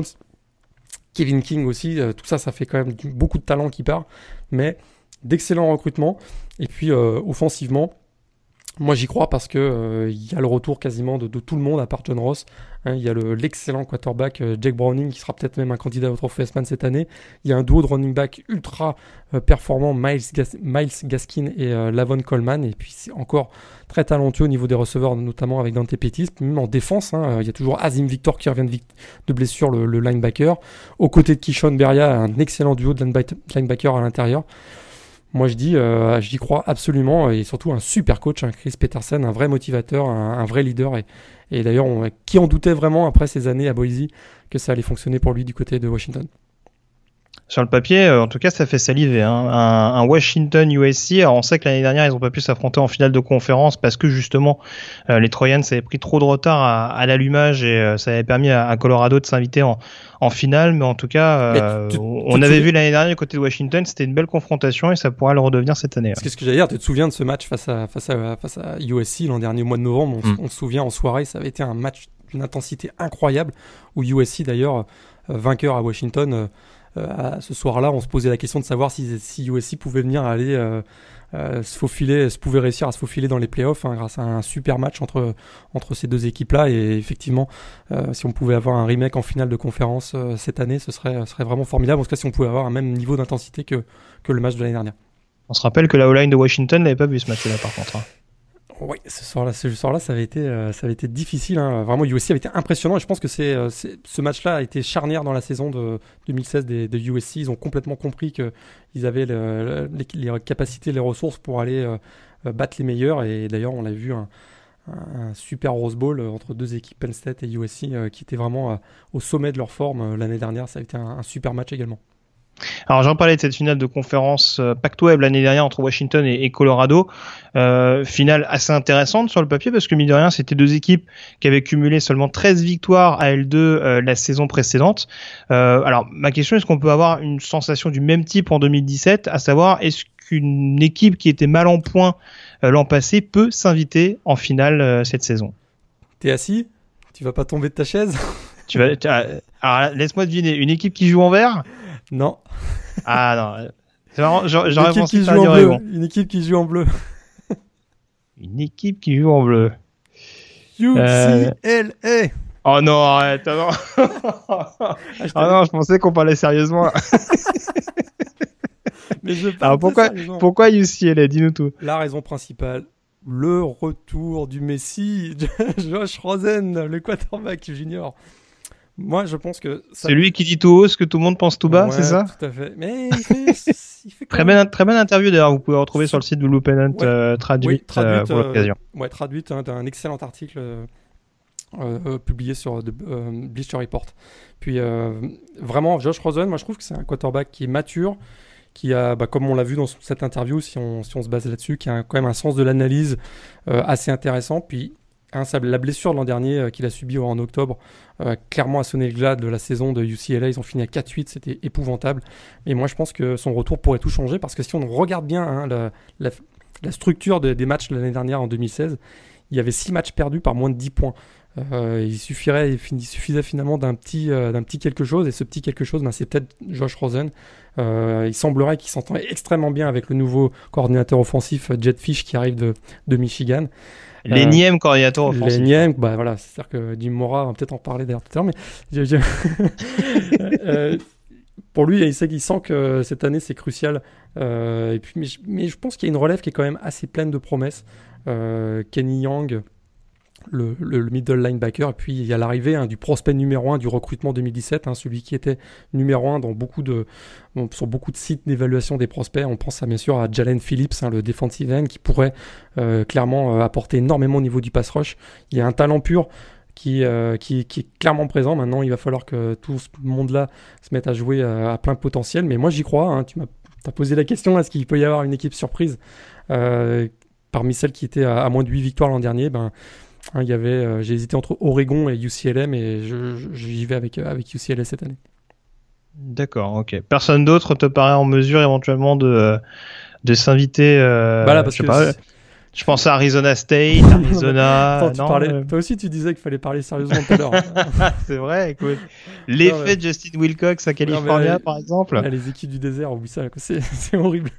Kevin King aussi. Euh, tout ça, ça fait quand même beaucoup de talent qui part, mais d'excellents recrutements. Et puis, euh, offensivement, moi, j'y crois parce que euh, y a le retour quasiment de, de tout le monde à part John Ross. Hein, il y a le, l'excellent quarterback euh, Jake Browning qui sera peut-être même un candidat au Trophy Heisman cette année. Il y a un duo de running back ultra euh, performant, Miles, Gas- Miles Gaskin et euh, Lavon Coleman. Et puis c'est encore très talentueux au niveau des receveurs, notamment avec Dante Pettis. Même en défense, hein, il y a toujours Azim Victor qui revient de, vic- de blessure, le, le linebacker. Aux côtés de Kishon Beria, un excellent duo de linebacker à l'intérieur. moi je dis, euh, j'y crois absolument, et surtout un super coach, hein, Chris Peterson, un vrai motivateur, un, un vrai leader, et, et d'ailleurs, on, qui en doutait vraiment après ces années à Boise que ça allait fonctionner pour lui du côté de Washington. Sur le papier, euh, en tout cas, ça fait saliver. Hein. Un, un Washington U S C. Alors, on sait que l'année dernière, ils n'ont pas pu s'affronter en finale de conférence parce que justement, euh, les Trojans avaient pris trop de retard à, à l'allumage et euh, ça avait permis à, à Colorado de s'inviter en, en finale. Mais en tout cas, euh, tu, on tu avait vu l'année dernière du côté de Washington, c'était une belle confrontation et ça pourra le redevenir cette année. Parce que ce que j'allais dire, tu te souviens de ce match face à face à face à U S C l'an dernier au mois de novembre. On, mm. on se souvient en soirée, ça avait été un match d'une intensité incroyable où U S C d'ailleurs euh, vainqueur à Washington. Euh, Euh, ce soir-là, on se posait la question de savoir si, si U S C pouvait venir aller euh, euh, se faufiler, se pouvait réussir à se faufiler dans les playoffs hein, grâce à un super match entre entre ces deux équipes-là. Et effectivement, euh, si on pouvait avoir un remake en finale de conférence euh, cette année, ce serait ce serait vraiment formidable. En tout cas, si on pouvait avoir un même niveau d'intensité que que le match de l'année dernière. On se rappelle que la O-line de Washington n'avait pas vu ce match-là, par contre. Hein. Oui, ce soir-là, ce soir-là, ça avait été, euh, ça avait été difficile. Hein. Vraiment, U S C avait été impressionnant. Et je pense que c'est, euh, c'est, ce match-là a été charnière dans la saison de deux mille seize des, de U S C. Ils ont complètement compris qu'ils avaient le, le, les, les capacités, les ressources pour aller euh, battre les meilleurs. Et d'ailleurs, on a vu un, un, un super Rose Bowl entre deux équipes, Penn State et U S C, euh, qui étaient vraiment euh, au sommet de leur forme euh, l'année dernière. Ça a été un, un super match également. Alors j'en parlais de cette finale de conférence euh, Pac-twelve l'année dernière entre Washington et, et Colorado, euh, finale assez intéressante sur le papier parce que mine de rien c'était deux équipes qui avaient cumulé seulement treize victoires à L deux euh, la saison précédente. Euh, alors ma question, est-ce qu'on peut avoir une sensation du même type en deux mille dix-sept, à savoir est-ce qu'une équipe qui était mal en point euh, l'an passé peut s'inviter en finale euh, cette saison? T'es assis? Tu vas pas tomber de ta chaise? Tu vas, tu, alors laisse-moi deviner, une équipe qui joue en vert? Non. Ah non. C'est marrant, j'aurais pensé que ça allait bon. Une équipe qui joue en bleu. Une équipe qui joue en bleu. U C L A. Euh... Oh non, arrête. Oh non, ah, oh non je pensais qu'on parlait sérieusement. Mais je Alors pourquoi, pourquoi U C L A? Dis-nous tout. La raison principale, le retour du Messi, Josh Rosen, le quarterback junior. Moi, je pense que... Ça... C'est lui qui dit tout haut ce que tout le monde pense tout bas, ouais, c'est ça? Tout à fait. Mais il fait... il fait très, belle, très belle interview d'ailleurs, vous pouvez retrouver sur le site de Blue Pennant, ouais. euh, traduite, oui, traduite euh, pour l'occasion. Euh, ouais, traduite hein, d'un excellent article euh, euh, publié sur de, euh, Bleacher Report. Puis euh, vraiment, Josh Rosen, moi je trouve que c'est un quarterback qui est mature, qui a, bah, comme on l'a vu dans cette interview, si on, si on se base là-dessus, qui a quand même un sens de l'analyse euh, assez intéressant. Puis Hein, ça, la blessure de l'an dernier euh, qu'il a subie en octobre, euh, clairement a sonné le glas de la saison de U C L A. Ils ont fini à quatre huit, c'était épouvantable. Et moi, je pense que son retour pourrait tout changer parce que si on regarde bien hein, la, la, la structure de, des matchs de l'année dernière en deux mille seize, il y avait six matchs perdus par moins de dix points. Euh, il, suffirait, il suffisait finalement d'un petit, euh, d'un petit quelque chose. Et ce petit quelque chose, ben, c'est peut-être Josh Rosen. Euh, il semblerait qu'il s'entend extrêmement bien avec le nouveau coordinateur offensif Jedd Fisch qui arrive de, de Michigan. L'énième euh, coordinateur offensif. L'énième, bah voilà, c'est-à-dire que Jim Mora, on va peut-être en parler d'ailleurs tout à l'heure, mais je, je... euh, pour lui, il sait qu'il sent que cette année c'est crucial. Euh, et puis, mais, je, mais je pense qu'il y a une relève qui est quand même assez pleine de promesses. Euh, Kenny Young, le, le, le middle linebacker, et puis il y a l'arrivée hein, du prospect numéro un du recrutement deux mille dix-sept, hein, celui qui était numéro un dans beaucoup de, bon, sur beaucoup de sites d'évaluation des prospects. On pense à, bien sûr à Jalen Phillips, hein, le defensive end, qui pourrait euh, clairement euh, apporter énormément au niveau du pass rush. Il y a un talent pur qui, euh, qui, qui est clairement présent. Maintenant, il va falloir que tout ce monde-là se mette à jouer à, à plein potentiel. Mais moi, j'y crois. Hein, tu m'as t'as posé la question, est-ce qu'il peut y avoir une équipe surprise euh, parmi celles qui étaient à, à moins de huit victoires l'an dernier? Ben, Hein, il y avait, euh, j'ai hésité entre Oregon et U C L A, mais je, je, j'y vais avec, euh, avec U C L A cette année. D'accord, ok. Personne d'autre te paraît en mesure éventuellement de, de s'inviter euh, bah là, parce je sais que pas, je pense à Arizona State, Arizona... Attends, tu non, parlais, euh... toi aussi tu disais qu'il fallait parler sérieusement tout à l'heure. C'est vrai, écoute. L'effet non, mais... de Justin Wilcox à California, non, par exemple. Là, les équipes du désert, oublie ça, c'est, c'est horrible.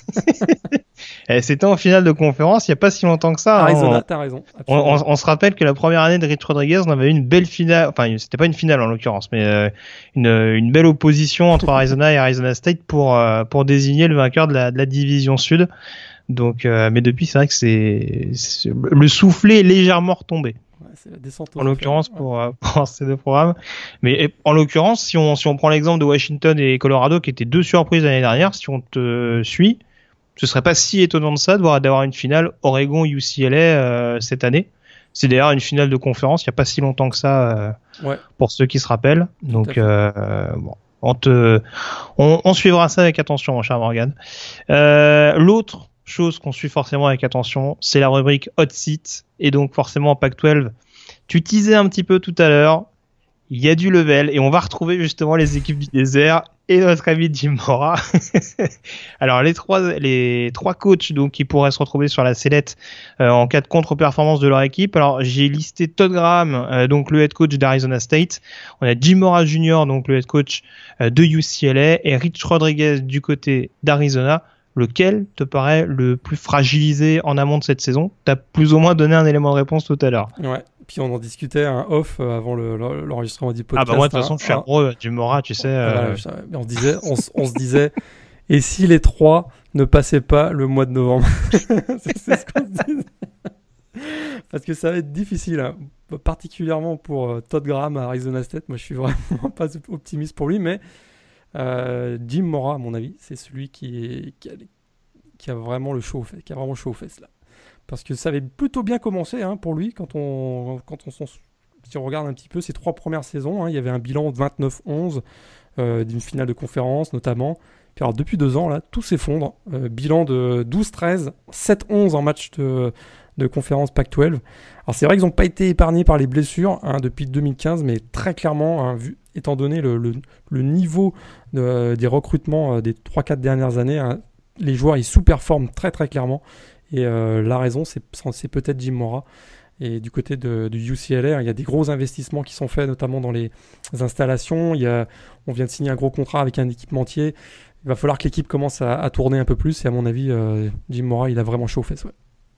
Et c'était en finale de conférence il n'y a pas si longtemps que ça. Arizona, hein. T'as raison. On, on, on se rappelle que la première année de Rich Rodriguez, on avait eu une belle finale, enfin c'était pas une finale en l'occurrence, mais euh, une, une belle opposition entre Arizona et Arizona State pour euh, pour désigner le vainqueur de la, de la division Sud. Donc, euh, mais depuis c'est vrai que c'est, c'est le soufflet est légèrement retombé. Ouais, c'est la descente en l'occurrence pour, ouais. pour, pour ces deux programmes. Mais en l'occurrence, si on si on prend l'exemple de Washington et Colorado qui étaient deux surprises l'année dernière, si on te suit, ce serait pas si étonnant de ça de voir d'avoir une finale Oregon-U C L A euh, cette année. C'est d'ailleurs une finale de conférence, il y a pas si longtemps que ça euh, ouais. pour ceux qui se rappellent. Donc euh, bon, on te, on, on suivra ça avec attention, mon cher Morgan. Euh, l'autre chose qu'on suit forcément avec attention, c'est la rubrique Hot Seat, et donc forcément en Pac douze. Tu teasais un petit peu tout à l'heure, il y a du level et on va retrouver justement les équipes du désert et notre ami Jim Mora. Alors les trois les trois coachs donc qui pourraient se retrouver sur la sellette euh, en cas de contre-performance de leur équipe. Alors j'ai listé Todd Graham, euh, donc le head coach d'Arizona State. On a Jim Mora Junior, donc le head coach euh, de U C L A, et Rich Rodriguez du côté d'Arizona. Lequel te paraît le plus fragilisé en amont de cette saison? T'as plus ou moins donné un élément de réponse tout à l'heure. Ouais. Puis on en discutait un off avant le, le, l'enregistrement du podcast. Ah bah moi de toute façon hein, je suis hein. amoureux du Mora, tu sais. Euh... Voilà, on se disait, on, on se disait, et si les trois ne passaient pas le mois de novembre? c'est, c'est ce qu'on se disait. Parce que ça va être difficile, hein. Particulièrement pour euh, Todd Graham à Arizona State. Moi je suis vraiment pas optimiste pour lui, mais euh, Jim Mora, à mon avis, c'est celui qui, est, qui, a, qui a vraiment le chaud aux fesses, qui a vraiment chaud aux fesses là. Parce que ça avait plutôt bien commencé hein, pour lui quand on, quand on, si on regarde un petit peu ses trois premières saisons, hein, il y avait un bilan de vingt-neuf onze euh, d'une finale de conférence notamment. Puis alors depuis deux ans là, tout s'effondre. Euh, bilan de douze treize, sept onze en match de, de conférence Pac douze. Alors c'est vrai qu'ils n'ont pas été épargnés par les blessures hein, depuis deux mille quinze, mais très clairement, hein, vu, étant donné le, le, le niveau de, des recrutements euh, des trois quatre dernières années, hein, les joueurs ils sous-performent très très clairement. Et euh, la raison, c'est, c'est peut-être Jim Mora. Et du côté de, de U C L A, il y a des gros investissements qui sont faits, notamment dans les installations. Il y a, on vient de signer un gros contrat avec un équipementier. Il va falloir que l'équipe commence à, à tourner un peu plus. Et à mon avis, euh, Jim Mora, il a vraiment chaud aux fesses. Ouais.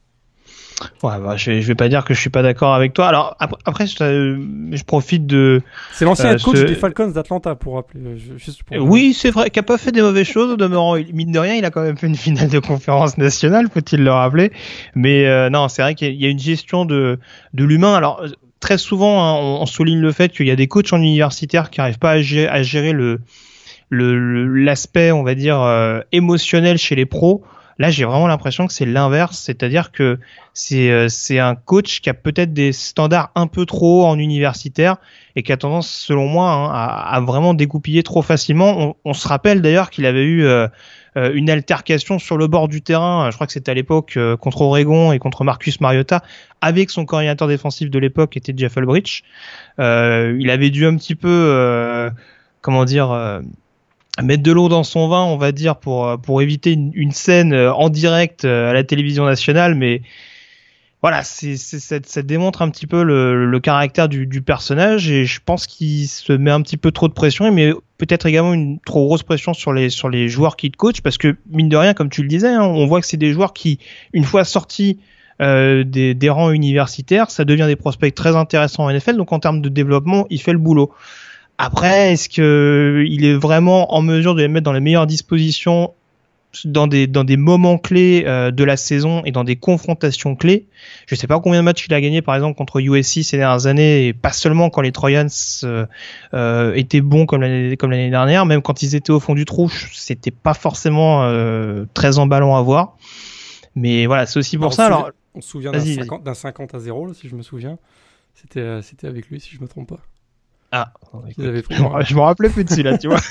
Ouais, bah, je vais, je vais pas dire que je suis pas d'accord avec toi. Alors après, après je, euh, je profite de. C'est l'ancien euh, head coach ce... des Falcons d'Atlanta pour rappeler. Je, juste pour... Oui, c'est vrai, qui a pas fait des mauvaises choses au demeurant. Mine de rien, il a quand même fait une finale de conférence nationale, faut-il le rappeler. Mais euh, non, c'est vrai qu'il y a une gestion de de l'humain. Alors très souvent, hein, on, on souligne le fait qu'il y a des coachs en universitaire qui arrivent pas à gérer, à gérer le, le, le l'aspect, on va dire, euh, émotionnel chez les pros. Là, j'ai vraiment l'impression que c'est l'inverse, c'est-à-dire que c'est euh, c'est un coach qui a peut-être des standards un peu trop hauts en universitaire et qui a tendance, selon moi, hein, à, à vraiment dégoupiller trop facilement. On, on se rappelle d'ailleurs qu'il avait eu euh, euh, une altercation sur le bord du terrain, je crois que c'était à l'époque euh, contre Oregon et contre Marcus Mariota, avec son coordinateur défensif de l'époque, qui était Jeff Ulbrich. Euh, il avait dû un petit peu, euh, comment dire... Euh, mettre de l'eau dans son vin, on va dire, pour pour éviter une, une scène en direct à la télévision nationale, mais voilà, c'est, c'est ça, ça démontre un petit peu le, le caractère du, du personnage, et je pense qu'il se met un petit peu trop de pression, mais peut-être également une trop grosse pression sur les sur les joueurs qui te coachent, parce que mine de rien, comme tu le disais, hein, on voit que c'est des joueurs qui, une fois sortis euh, des, des rangs universitaires, ça devient des prospects très intéressants en N F L, donc en termes de développement, il fait le boulot. Après, est-ce que il est vraiment en mesure de les mettre dans les meilleures dispositions dans des dans des moments clés euh, de la saison et dans des confrontations clés? Je sais pas combien de matchs il a gagné par exemple contre U S C ces dernières années, et pas seulement quand les Trojans euh, euh, étaient bons comme l'année comme l'année dernière, même quand ils étaient au fond du trou, c'était pas forcément euh, très emballant à voir. Mais voilà, c'est aussi pour alors, ça. On alors, souvient, on se souvient d'un cinquante, d'un cinquante à zéro là, si je me souviens. C'était euh, c'était avec lui, si je me trompe pas. Ah, écoute, pris, je, je m'en rappelais plus de celui-là, tu vois.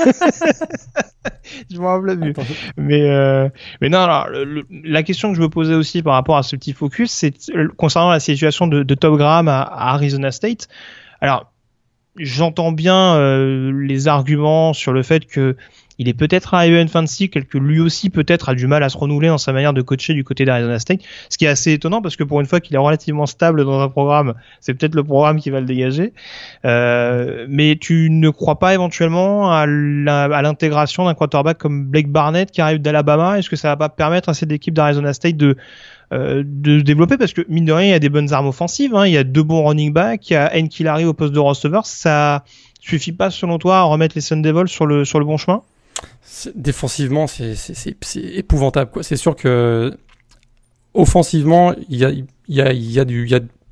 Je m'en rappelais plus. Attends. Mais euh, mais non, alors le, le, la question que je me posais aussi par rapport à ce petit focus, c'est concernant la situation de, de Todd Graham à, à Arizona State. Alors, j'entends bien euh, les arguments sur le fait que il est peut-être arrivé à une fin de cycle, que lui aussi peut-être a du mal à se renouveler dans sa manière de coacher du côté d'Arizona State, ce qui est assez étonnant parce que pour une fois qu'il est relativement stable dans un programme, c'est peut-être le programme qui va le dégager. Euh, mais tu ne crois pas éventuellement à, la, à l'intégration d'un quarterback comme Blake Barnett qui arrive d'Alabama? Est-ce que ça va pas permettre à cette équipe d'Arizona State de Euh, de se développer, parce que mine de rien il y a des bonnes armes offensives, hein. Il y a deux bons running backs, il y a N'Keal Harry au poste de receveur. Ça suffit pas selon toi à remettre les Sun Devils sur le sur le bon chemin? C'est, défensivement c'est, c'est, c'est, c'est épouvantable quoi. C'est sûr que offensivement il y a il y a il y a du il y a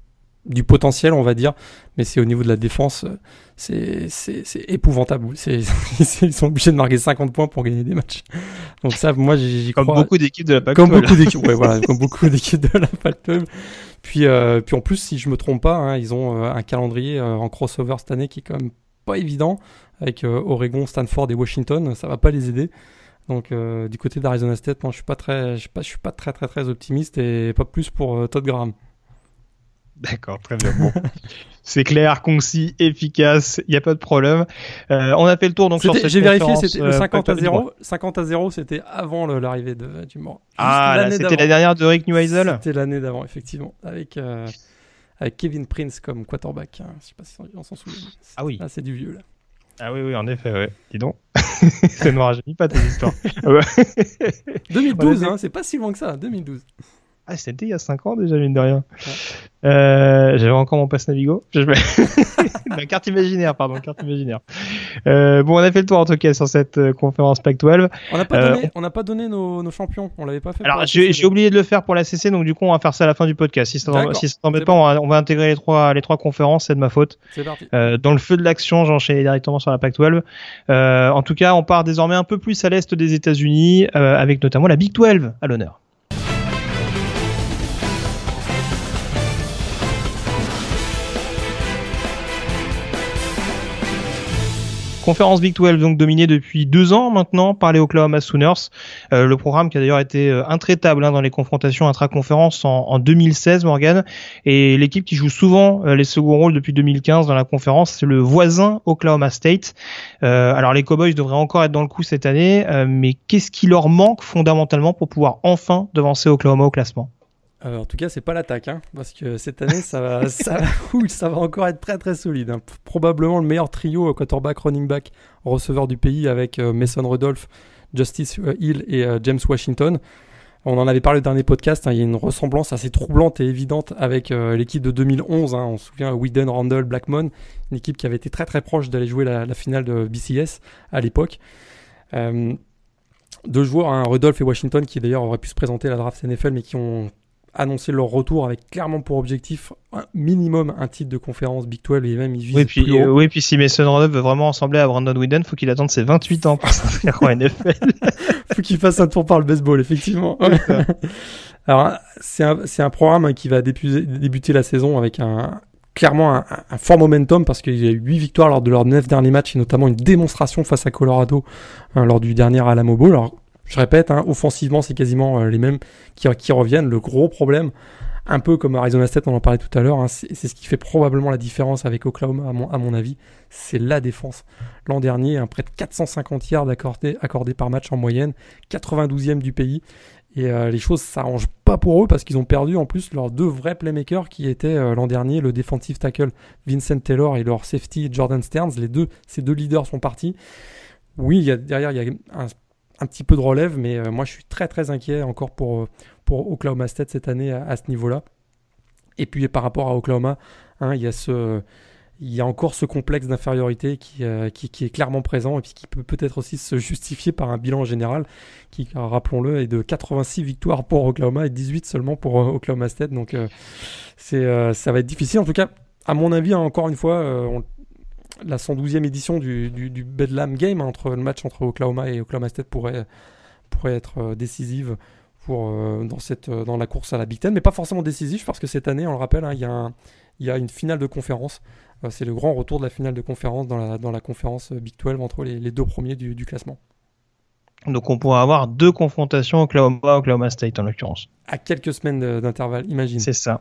du potentiel, on va dire, mais c'est au niveau de la défense, c'est, c'est, c'est épouvantable. C'est, ils sont obligés de marquer cinquante points pour gagner des matchs. Donc ça, moi, j'y, j'y comme crois. Comme beaucoup d'équipes de la Pac-twelve. Comme beaucoup d'équipes, ouais, voilà, comme beaucoup d'équipes de la Pac-twelve. Puis, euh, puis en plus, si je me trompe pas, hein, ils ont euh, un calendrier euh, en crossover cette année qui est quand même pas évident, avec euh, Oregon, Stanford et Washington. Ça va pas les aider. Donc euh, du côté d'Arizona State, non, je suis pas très, je suis pas, je suis pas très très très optimiste et pas plus pour euh, Todd Graham. D'accord, très bien. Bon. C'est clair, concis, efficace, il n'y a pas de problème. Euh, on a fait le tour donc c'était, sur cette j'ai vérifié, conférence, c'était euh, le cinquante à zéro. cinquante à zéro, c'était avant le, l'arrivée de, du mort. Ah, là, c'était d'avant. La dernière de Rick Neuheisel. C'était l'année d'avant, effectivement, avec euh, avec Kevin Prince comme quarterback. Hein. Je sais pas si on s'en souvient. C'est, ah oui. Là, c'est du vieux là. Ah oui, oui, en effet, ouais. Dis donc. Ça ne rajeunit pas tes histoires. deux mille douze, hein, c'est pas si loin que ça, deux mille douze. Ah, c'était il y a cinq ans déjà, mine de rien. Ouais. Euh, j'avais encore mon passe Navigo. La carte imaginaire, pardon, carte imaginaire. Euh, bon, on a fait le tour en tout cas sur cette euh, conférence Pac douze. On n'a pas euh, donné, on n'a pas donné nos, nos champions. On l'avait pas fait. Alors, j'ai, j'ai oublié de le faire pour la C C, donc du coup, on va faire ça à la fin du podcast. Si ça, si ça t'embête pas, on va, on va intégrer les trois, les trois conférences. C'est de ma faute. C'est parti. Euh, dans le feu de l'action, j'enchaîne directement sur la Pac douze. Euh, en tout cas, on part désormais un peu plus à l'est des États-Unis, euh, avec notamment la Big douze à l'honneur. Conférence Big douze donc dominée depuis deux ans maintenant par les Oklahoma Sooners. Euh, le programme qui a d'ailleurs été euh, intraitable hein, dans les confrontations intra-conférences en, en deux mille seize, Morgan. Et l'équipe qui joue souvent euh, les seconds rôles depuis deux mille quinze dans la conférence, c'est le voisin Oklahoma State. Euh, alors les Cowboys devraient encore être dans le coup cette année, euh, mais qu'est-ce qui leur manque fondamentalement pour pouvoir enfin devancer Oklahoma au classement ? Euh, en tout cas, c'est pas l'attaque, hein, parce que cette année, ça va, ça, oui, ça va encore être très très solide. Hein. Probablement le meilleur trio quarterback, running back, receveur du pays avec euh, Mason Rudolph, Justice Hill et euh, James Washington. On en avait parlé dans le dernier podcast. Hein, il y a une ressemblance assez troublante et évidente avec euh, l'équipe de deux mille onze. Hein, on se souvient Whedon, Randall, Blackmon, une équipe qui avait été très très proche d'aller jouer la, la finale de B C S à l'époque. Euh, deux joueurs, hein, Rudolph et Washington, qui d'ailleurs auraient pu se présenter à la draft N F L, mais qui ont annoncer leur retour avec clairement pour objectif un minimum un titre de conférence Big douze et même ils visent oui, puis, plus haut. Euh, oui, puis si Mason Rudolph veut vraiment ressembler à Brandon Whedon, faut qu'il attende ses vingt-huit ans pour s'inscrire en N F L. Faut qu'il fasse un tour par le baseball, effectivement. Alors, c'est un, c'est un programme qui va débuter, débuter la saison avec un, clairement un, un fort momentum parce qu'il y a eu huit victoires lors de leurs neuf derniers matchs et notamment une démonstration face à Colorado hein, lors du dernier Alamo Bowl. Alors, je répète, hein, offensivement, c'est quasiment euh, les mêmes qui, qui reviennent. Le gros problème, un peu comme Arizona State, on en parlait tout à l'heure, hein, c'est, c'est ce qui fait probablement la différence avec Oklahoma, à mon, à mon avis, c'est la défense. L'an dernier, hein, près de quatre cent cinquante yards accordés, accordés par match en moyenne, quatre-vingt-douzième du pays. Et euh, les choses s'arrangent pas pour eux parce qu'ils ont perdu en plus leurs deux vrais playmakers qui étaient euh, l'an dernier le defensive tackle Vincent Taylor et leur safety Jordan Stearns. Les deux, ces deux leaders sont partis. Oui, il y a, derrière, il y a un un petit peu de relève, mais euh, moi je suis très très inquiet encore pour, pour Oklahoma State cette année à, à ce niveau-là. Et puis par rapport à Oklahoma, hein, il y a ce, il y a encore ce complexe d'infériorité qui, euh, qui, qui est clairement présent et puis qui peut peut-être aussi se justifier par un bilan général qui, rappelons-le, est de quatre-vingt-six victoires pour Oklahoma et dix-huit seulement pour euh, Oklahoma State. Donc euh, c'est, euh, ça va être difficile. En tout cas, à mon avis, hein, encore une fois, euh, on la cent douzième édition du, du, du Bedlam Game, hein, entre le match entre Oklahoma et Oklahoma State pourrait, pourrait être euh, décisive pour, euh, dans, cette, euh, dans la course à la Big Ten, mais pas forcément décisif parce que cette année, on le rappelle, hein, il y a un, il y a une finale de conférence. Euh, c'est le grand retour de la finale de conférence dans la, dans la conférence Big douze entre les, les deux premiers du, du classement. Donc on pourra avoir deux confrontations Oklahoma-Oklahoma State en l'occurrence. À quelques semaines de, d'intervalle, imagine. C'est ça.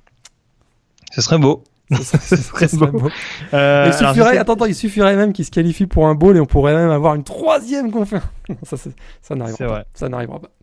Ce serait beau. Ce serait, ce serait, ce serait beau. beau. Euh, il suffirait, alors, attends, attends, il suffirait même qu'il se qualifie pour un bowl et on pourrait même avoir une troisième conférence. ça, ça, ça n'arrivera c'est pas. Vrai. Ça n'arrivera pas.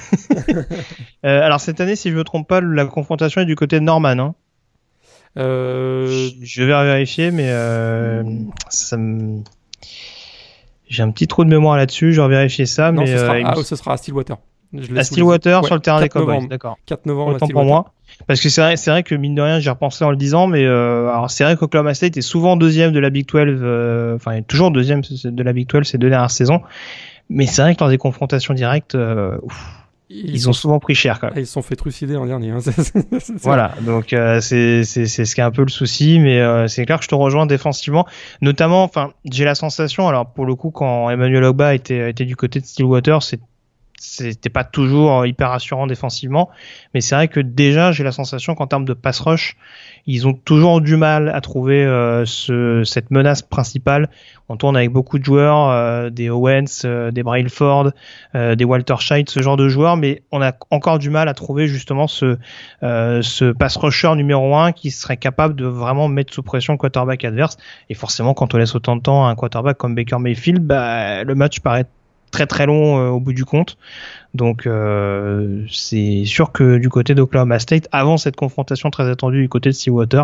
euh, alors cette année, si je me trompe pas, la confrontation est du côté de Norman. Hein euh... je, je vais vérifier, mais euh, ça me... j'ai un petit trou de mémoire là-dessus. Je vais vérifier ça, non, mais ce sera, euh, ah, me... ce sera à Stillwater. À Stillwater, ouais, sur le terrain des Cowboys, novembre. d'accord. quatre novembre. Autant pour moi. Parce que c'est vrai, c'est vrai que mine de rien, j'ai repensé en le disant, mais euh, alors c'est vrai qu'Oklahoma State est souvent deuxième de la Big douze, euh, enfin est toujours deuxième de la Big douze ces deux dernières saisons. Mais c'est vrai que dans des confrontations directes, euh, ouf, ils, ils ont souvent pris cher quand même. Ils se sont fait trucider en dernier. Hein. c'est, c'est, c'est voilà, donc euh, c'est, c'est, c'est ce qui est un peu le souci, mais euh, c'est clair que je te rejoins défensivement. Notamment, enfin, j'ai la sensation, alors pour le coup, quand Emmanuel Ogba était, était du côté de Stillwater, c'est c'était pas toujours hyper rassurant défensivement, mais c'est vrai que déjà j'ai la sensation qu'en termes de pass rush, ils ont toujours du mal à trouver euh, ce, cette menace principale. On tourne avec beaucoup de joueurs, euh, des Owens, euh, des Brailford, euh, des Walter Scheid, ce genre de joueurs, mais on a encore du mal à trouver justement ce, euh, ce pass rusher numéro un qui serait capable de vraiment mettre sous pression le quarterback adverse. Et forcément, quand on laisse autant de temps à un quarterback comme Baker Mayfield, bah, le match paraît très très long euh, au bout du compte. Donc euh, c'est sûr que du côté d'Oklahoma State, avant cette confrontation très attendue du côté de Stillwater,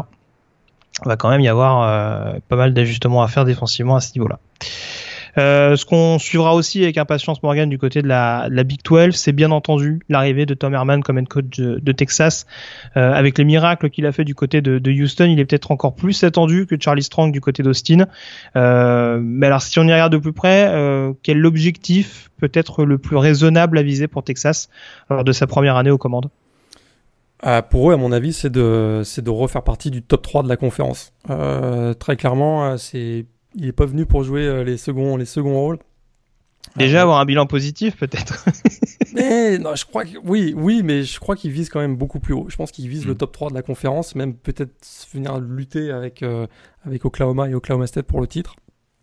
il va quand même y avoir euh, pas mal d'ajustements à faire défensivement à ce niveau-là. Euh, ce qu'on suivra aussi avec impatience, Morgan, du côté de la, de la Big douze, c'est bien entendu l'arrivée de Tom Herman comme head coach de, de Texas. Euh, avec les miracles qu'il a fait du côté de, de Houston, il est peut-être encore plus attendu que Charlie Strong du côté d'Austin. Euh, mais alors, si on y regarde de plus près, euh, quel est l'objectif peut-être le plus raisonnable à viser pour Texas lors de sa première année aux commandes? Euh, pour eux, à mon avis, c'est de, c'est de refaire partie du top trois de la conférence. Euh, très clairement, c'est... il n'est pas venu pour jouer les seconds, les seconds rôles. Déjà euh, avoir un bilan positif, peut-être. mais non, je crois que oui, oui, mais je crois qu'il vise quand même beaucoup plus haut. Je pense qu'il vise mmh. le top trois de la conférence, même peut-être venir lutter avec euh, avec Oklahoma et Oklahoma State pour le titre.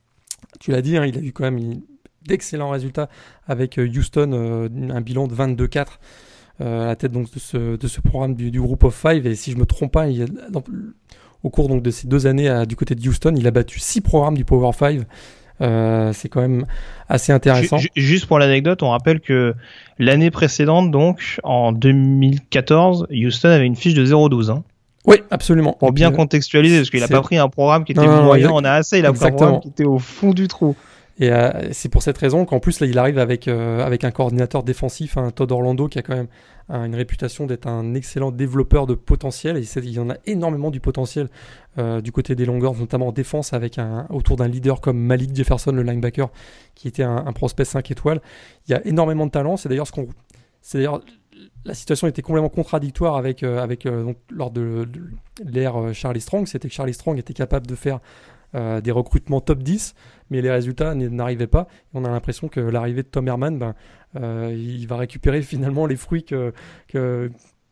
Tu l'as dit, hein, il a eu quand même une, d'excellents résultats avec Houston, euh, un bilan de vingt-deux quatre euh, à la tête donc de ce de ce programme du, du Group of Five. Et si je me trompe pas, il y a, dans, au cours donc de ces deux années à, du côté de Houston, il a battu six programmes du Power Five. Euh, c'est quand même assez intéressant. Juste pour l'anecdote, on rappelle que l'année précédente, donc en deux mille quatorze, Houston avait une fiche de zéro douze. Hein. Oui, absolument. Pour bien euh, contextualiser, parce qu'il n'a pas pris un programme qui était non, moyen en A A C, il a pris un programme qui était au fond du trou. Et euh, c'est pour cette raison qu'en plus là, il arrive avec euh, avec un coordinateur défensif, un Todd Orlando, qui a quand même un, une réputation d'être un excellent développeur de potentiel. Et il y en a énormément du potentiel euh, du côté des Longhorns, notamment en défense, avec un autour d'un leader comme Malik Jefferson, le linebacker, qui était un, un prospect cinq étoiles. Il y a énormément de talent. C'est d'ailleurs ce qu'on, c'est d'ailleurs la situation était complètement contradictoire avec euh, avec euh, donc lors de, de l'ère euh, Charlie Strong. C'était que Charlie Strong était capable de faire Euh, des recrutements top dix, mais les résultats n'arrivaient pas. Et on a l'impression que l'arrivée de Tom Herman, ben, euh, il va récupérer finalement les fruits que, que,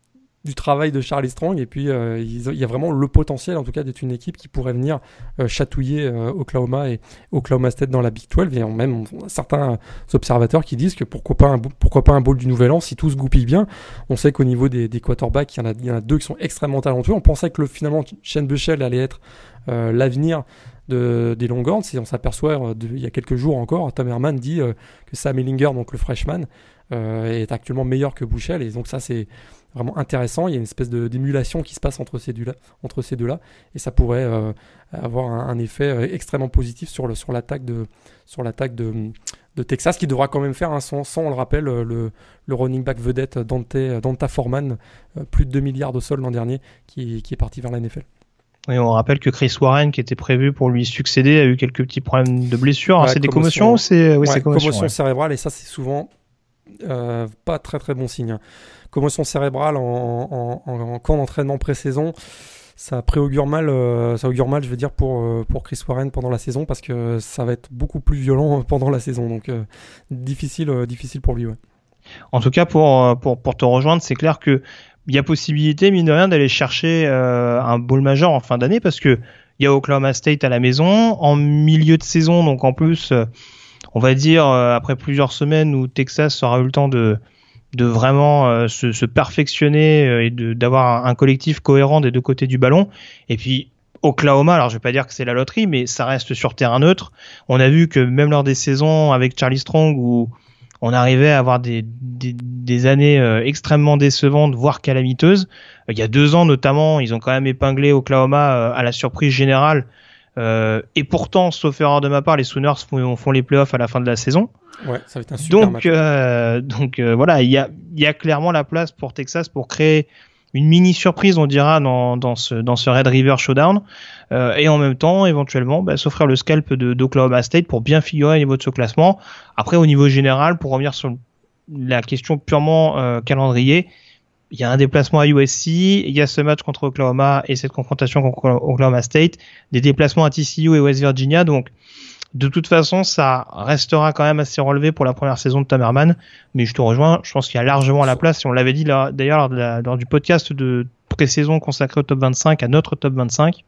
du travail de Charlie Strong. Et puis, euh, il, il y a vraiment le potentiel, en tout cas, d'être une équipe qui pourrait venir euh, chatouiller euh, Oklahoma et Oklahoma State dans la Big douze. Et on, même on a certains observateurs qui disent que pourquoi pas un, pourquoi pas un bowl du Nouvel An si tout se goupille bien. On sait qu'au niveau des, des quarterbacks, il y en a, il y en a deux qui sont extrêmement talentueux. On pensait que le, finalement, Shane Buechele allait être euh, l'avenir De, des Longhorns. Et on s'aperçoit de, il y a quelques jours encore, Tom Herman dit euh, que Sam Ehlinger, donc le freshman, euh, est actuellement meilleur que Buechele, et donc ça c'est vraiment intéressant. Il y a une espèce de, d'émulation qui se passe entre ces deux-là, entre ces deux-là, et ça pourrait euh, avoir un, un effet euh, extrêmement positif sur, le, sur l'attaque, de, sur l'attaque de, de Texas, qui devra quand même faire un sans, sans on le rappelle, le, le running back vedette Dante, Donta Foreman, euh, plus de deux milliards de sol l'an dernier, qui, qui est parti vers la N F L. Et on rappelle que Chris Warren, qui était prévu pour lui succéder, a eu quelques petits problèmes de blessures. Ouais, c'est des commotion, commotions ou c'est... Oui, ouais, c'est commotion, commotion ouais. cérébrale, et ça c'est souvent euh, pas très très bon signe. Commotion cérébrale en, en, en, en camp d'entraînement pré-saison, ça préaugure mal, euh, ça augure mal, je veux dire, pour, euh, pour Chris Warren pendant la saison, parce que ça va être beaucoup plus violent pendant la saison. Donc euh, difficile, euh, difficile pour lui, ouais. En tout cas, pour, pour, pour te rejoindre, c'est clair que il y a possibilité, mine de rien, d'aller chercher euh, un bowl majeur en fin d'année, parce que il y a Oklahoma State à la maison, en milieu de saison, donc en plus, euh, on va dire, euh, après plusieurs semaines où Texas aura eu le temps de, de vraiment euh, se, se perfectionner euh, et de, d'avoir un, un collectif cohérent des deux côtés du ballon. Et puis, Oklahoma, alors je vais pas dire que c'est la loterie, mais ça reste sur terrain neutre. On a vu que même lors des saisons avec Charlie Strong, où on arrivait à avoir des, des, des années euh, extrêmement décevantes, voire calamiteuses. Euh, il y a deux ans notamment, ils ont quand même épinglé Oklahoma euh, à la surprise générale. Euh, et pourtant, sauf erreur de ma part, les Sooners font, font les playoffs à la fin de la saison. Ouais, ça va être un super donc, match. Euh, donc euh, voilà, il y a, y a clairement la place pour Texas pour créer une mini surprise, on dira, dans, dans, ce, dans ce Red River Showdown. Euh, et en même temps, éventuellement, bah, s'offrir le scalp de, d'Oklahoma State pour bien figurer au niveau de ce classement. Après, au niveau général, pour revenir sur la question purement euh, calendrier, il y a un déplacement à U S C, il y a ce match contre Oklahoma et cette confrontation contre Oklahoma State, des déplacements à T C U et West Virginia, donc de toute façon, ça restera quand même assez relevé pour la première saison de Tom Herman, mais je te rejoins, je pense qu'il y a largement la place, et on l'avait dit là, d'ailleurs lors, de la, lors du podcast de pré-saison consacré au top vingt-cinq, à notre top vingt-cinq,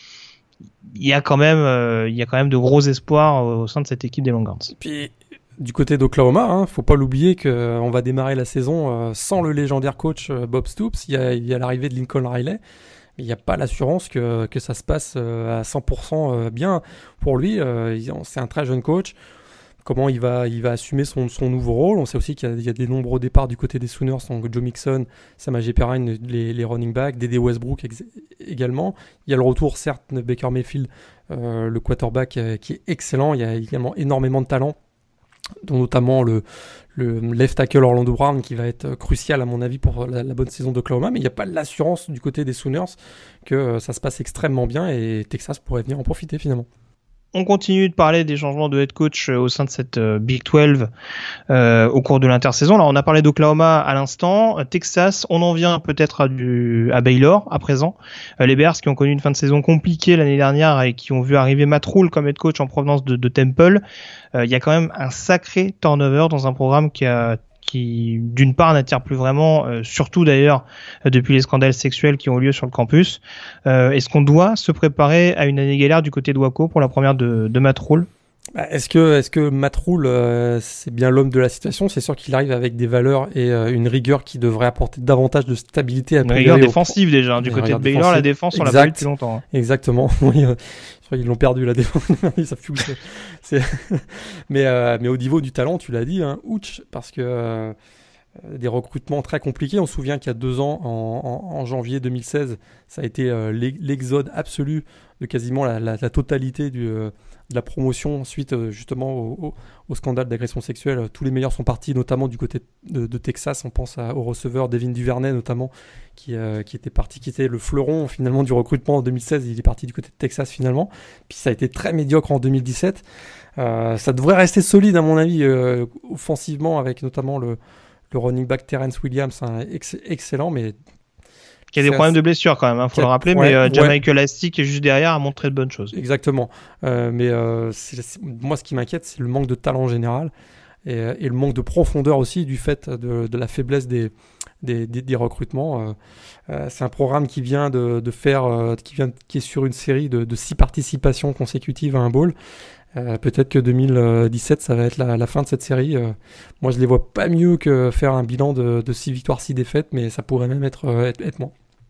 il y a quand même, euh, il y a quand même de gros espoirs au sein de cette équipe des Longhorns. Et puis, du côté d'Oklahoma, hein, faut pas l'oublier qu'on va démarrer la saison euh, sans le légendaire coach euh, Bob Stoops. Il y a, il y a l'arrivée de Lincoln Riley. Mais il n'y a pas l'assurance que, que ça se passe euh, à cent pour cent bien pour lui. Euh, c'est un très jeune coach. Comment il va, il va assumer son, son nouveau rôle. On sait aussi qu'il y a, il y a des nombreux départs du côté des Sooners, donc Joe Mixon, Samaje Perine, les, les running backs, Dede Westbrook ex- également. Il y a le retour, certes, de Baker Mayfield, euh, le quarterback euh, qui est excellent. Il y a également énormément de talent, dont notamment le, le left tackle Orlando Brown qui va être crucial à mon avis pour la, la bonne saison d'Oklahoma, mais il n'y a pas l'assurance du côté des Sooners que euh, ça se passe extrêmement bien et Texas pourrait venir en profiter finalement. On continue de parler des changements de head coach au sein de cette euh, Big douze euh, au cours de l'intersaison. Alors on a parlé d'Oklahoma à l'instant, Texas, on en vient peut-être à, du, à Baylor à présent. Euh, les Bears qui ont connu une fin de saison compliquée l'année dernière et qui ont vu arriver Matt Rhule comme head coach en provenance de, de Temple. Il euh, y a quand même un sacré turnover dans un programme qui a qui d'une part n'attire plus vraiment, euh, surtout d'ailleurs euh, depuis les scandales sexuels qui ont lieu sur le campus. Euh, est-ce qu'on doit se préparer à une année galère du côté de Waco pour la première de, de Matt Rhule ? Bah, est-ce que, est-ce que Matt Rhule, euh, c'est bien l'homme de la situation ? C'est sûr qu'il arrive avec des valeurs et euh, une rigueur qui devrait apporter davantage de stabilité. À une rigueur défensive au... déjà, hein, du côté de Baylor, la défense, on l'a pas vu depuis longtemps. Hein. Exactement, oui. Euh, ils l'ont perdu la défense, ils savent plus où c'est. c'est... mais, euh, mais au niveau du talent, tu l'as dit, hein, ouch, parce que euh, des recrutements très compliqués. On se souvient qu'il y a deux ans, en, en, en janvier deux mille seize, ça a été euh, l'exode absolu de quasiment la, la, la totalité du, euh, de la promotion suite euh, justement au, au, au scandale d'agression sexuelle. Tous les meilleurs sont partis, notamment du côté de, de Texas. On pense à, au receveur Devin Duvernay notamment, qui, euh, qui était parti, qui était le fleuron finalement du recrutement en deux mille seize. Il est parti du côté de Texas finalement. Puis ça a été très médiocre en deux mille dix-sept. Euh, ça devrait rester solide à mon avis euh, offensivement, avec notamment le, le running back Terrence Williams, hein, ex- excellent, mais qui a des problèmes assez... de blessure quand même, hein, faut le rappeler, ouais, mais euh, Jamaica ouais. Lastic est juste derrière a montré de bonnes choses. Exactement. Euh, mais euh, c'est, c'est, moi, ce qui m'inquiète, c'est le manque de talent en général et, et le manque de profondeur aussi du fait de, de la faiblesse des, des, des, des recrutements. Euh, euh, c'est un programme qui vient de, de faire, euh, qui vient, qui est sur une série de, de six participations consécutives à un bowl. Euh, peut-être que deux mille dix-sept, ça va être la, la fin de cette série. Euh, moi, je les vois pas mieux que faire un bilan de, de six victoires, six défaites, mais ça pourrait même être, euh, être, être moins.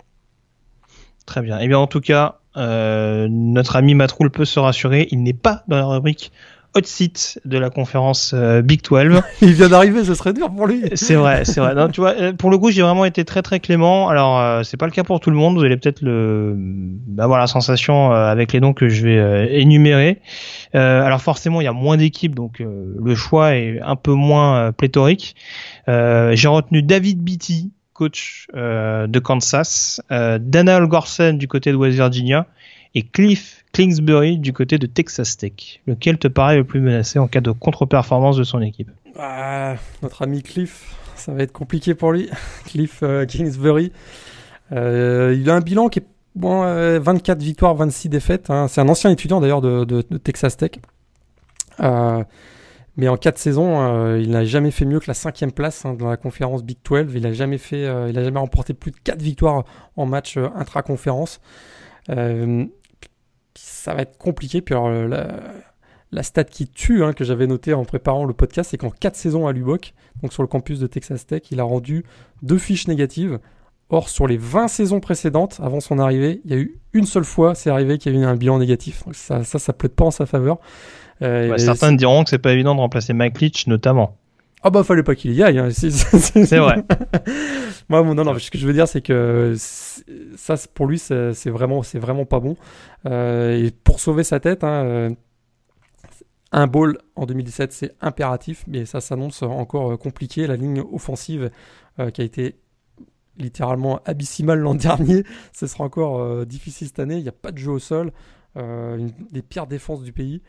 Très bien. Eh bien, en tout cas, euh, notre ami Matt Rhule peut se rassurer. Il n'est pas dans la rubrique hot seat de la conférence euh, Big douze. Il vient d'arriver, ce serait dur pour lui. C'est vrai, c'est vrai. Non, tu vois, pour le coup, j'ai vraiment été très très clément. Alors, euh, c'est pas le cas pour tout le monde. Vous allez peut-être le, avoir la sensation euh, avec les noms que je vais euh, énumérer. Euh, alors forcément, il y a moins d'équipes, donc euh, le choix est un peu moins euh, pléthorique. Euh, j'ai retenu David Beatty, coach euh, de Kansas, euh, Dana Holgorsen du côté de West Virginia et Cliff Kingsbury du côté de Texas Tech. Lequel te paraît le plus menacé en cas de contre-performance de son équipe ? Ah, notre ami Cliff, ça va être compliqué pour lui. Cliff euh, Kingsbury, euh, il a un bilan qui est bon, euh, vingt-quatre victoires, vingt-six défaites. Hein. C'est un ancien étudiant d'ailleurs de, de, de Texas Tech. Euh, mais en quatre saisons, euh, il n'a jamais fait mieux que la cinquième place hein, dans la conférence Big douze. Il n'a jamais fait, euh, il a jamais remporté plus de quatre victoires en match euh, intra-conférence. Euh, ça va être compliqué. Puis alors, la, la stat qui tue, hein, que j'avais noté en préparant le podcast, c'est qu'en quatre saisons à Lubbock, donc sur le campus de Texas Tech, il a rendu deux fiches négatives. Or, sur les vingt saisons précédentes, avant son arrivée, il y a eu une seule fois, c'est arrivé qu'il y a eu un bilan négatif. Donc ça, ça, ça plaide pas en sa faveur. Euh, bah, certains c'est... diront que c'est pas évident de remplacer Mike Leach, notamment. Ah bah, fallait pas qu'il y aille. Hein. C'est, c'est, c'est... c'est vrai. Moi, bon, non, non, ce que je veux dire, c'est que c'est... ça, c'est... pour lui, c'est, c'est, vraiment, c'est vraiment pas bon. Euh, et pour sauver sa tête, hein, euh... un bowl en deux mille dix-sept, c'est impératif, mais ça s'annonce encore compliqué. La ligne offensive euh, qui a été littéralement abyssimale l'an dernier, ce sera encore euh, difficile cette année. Il n'y a pas de jeu au sol, euh, une des pires défenses du pays.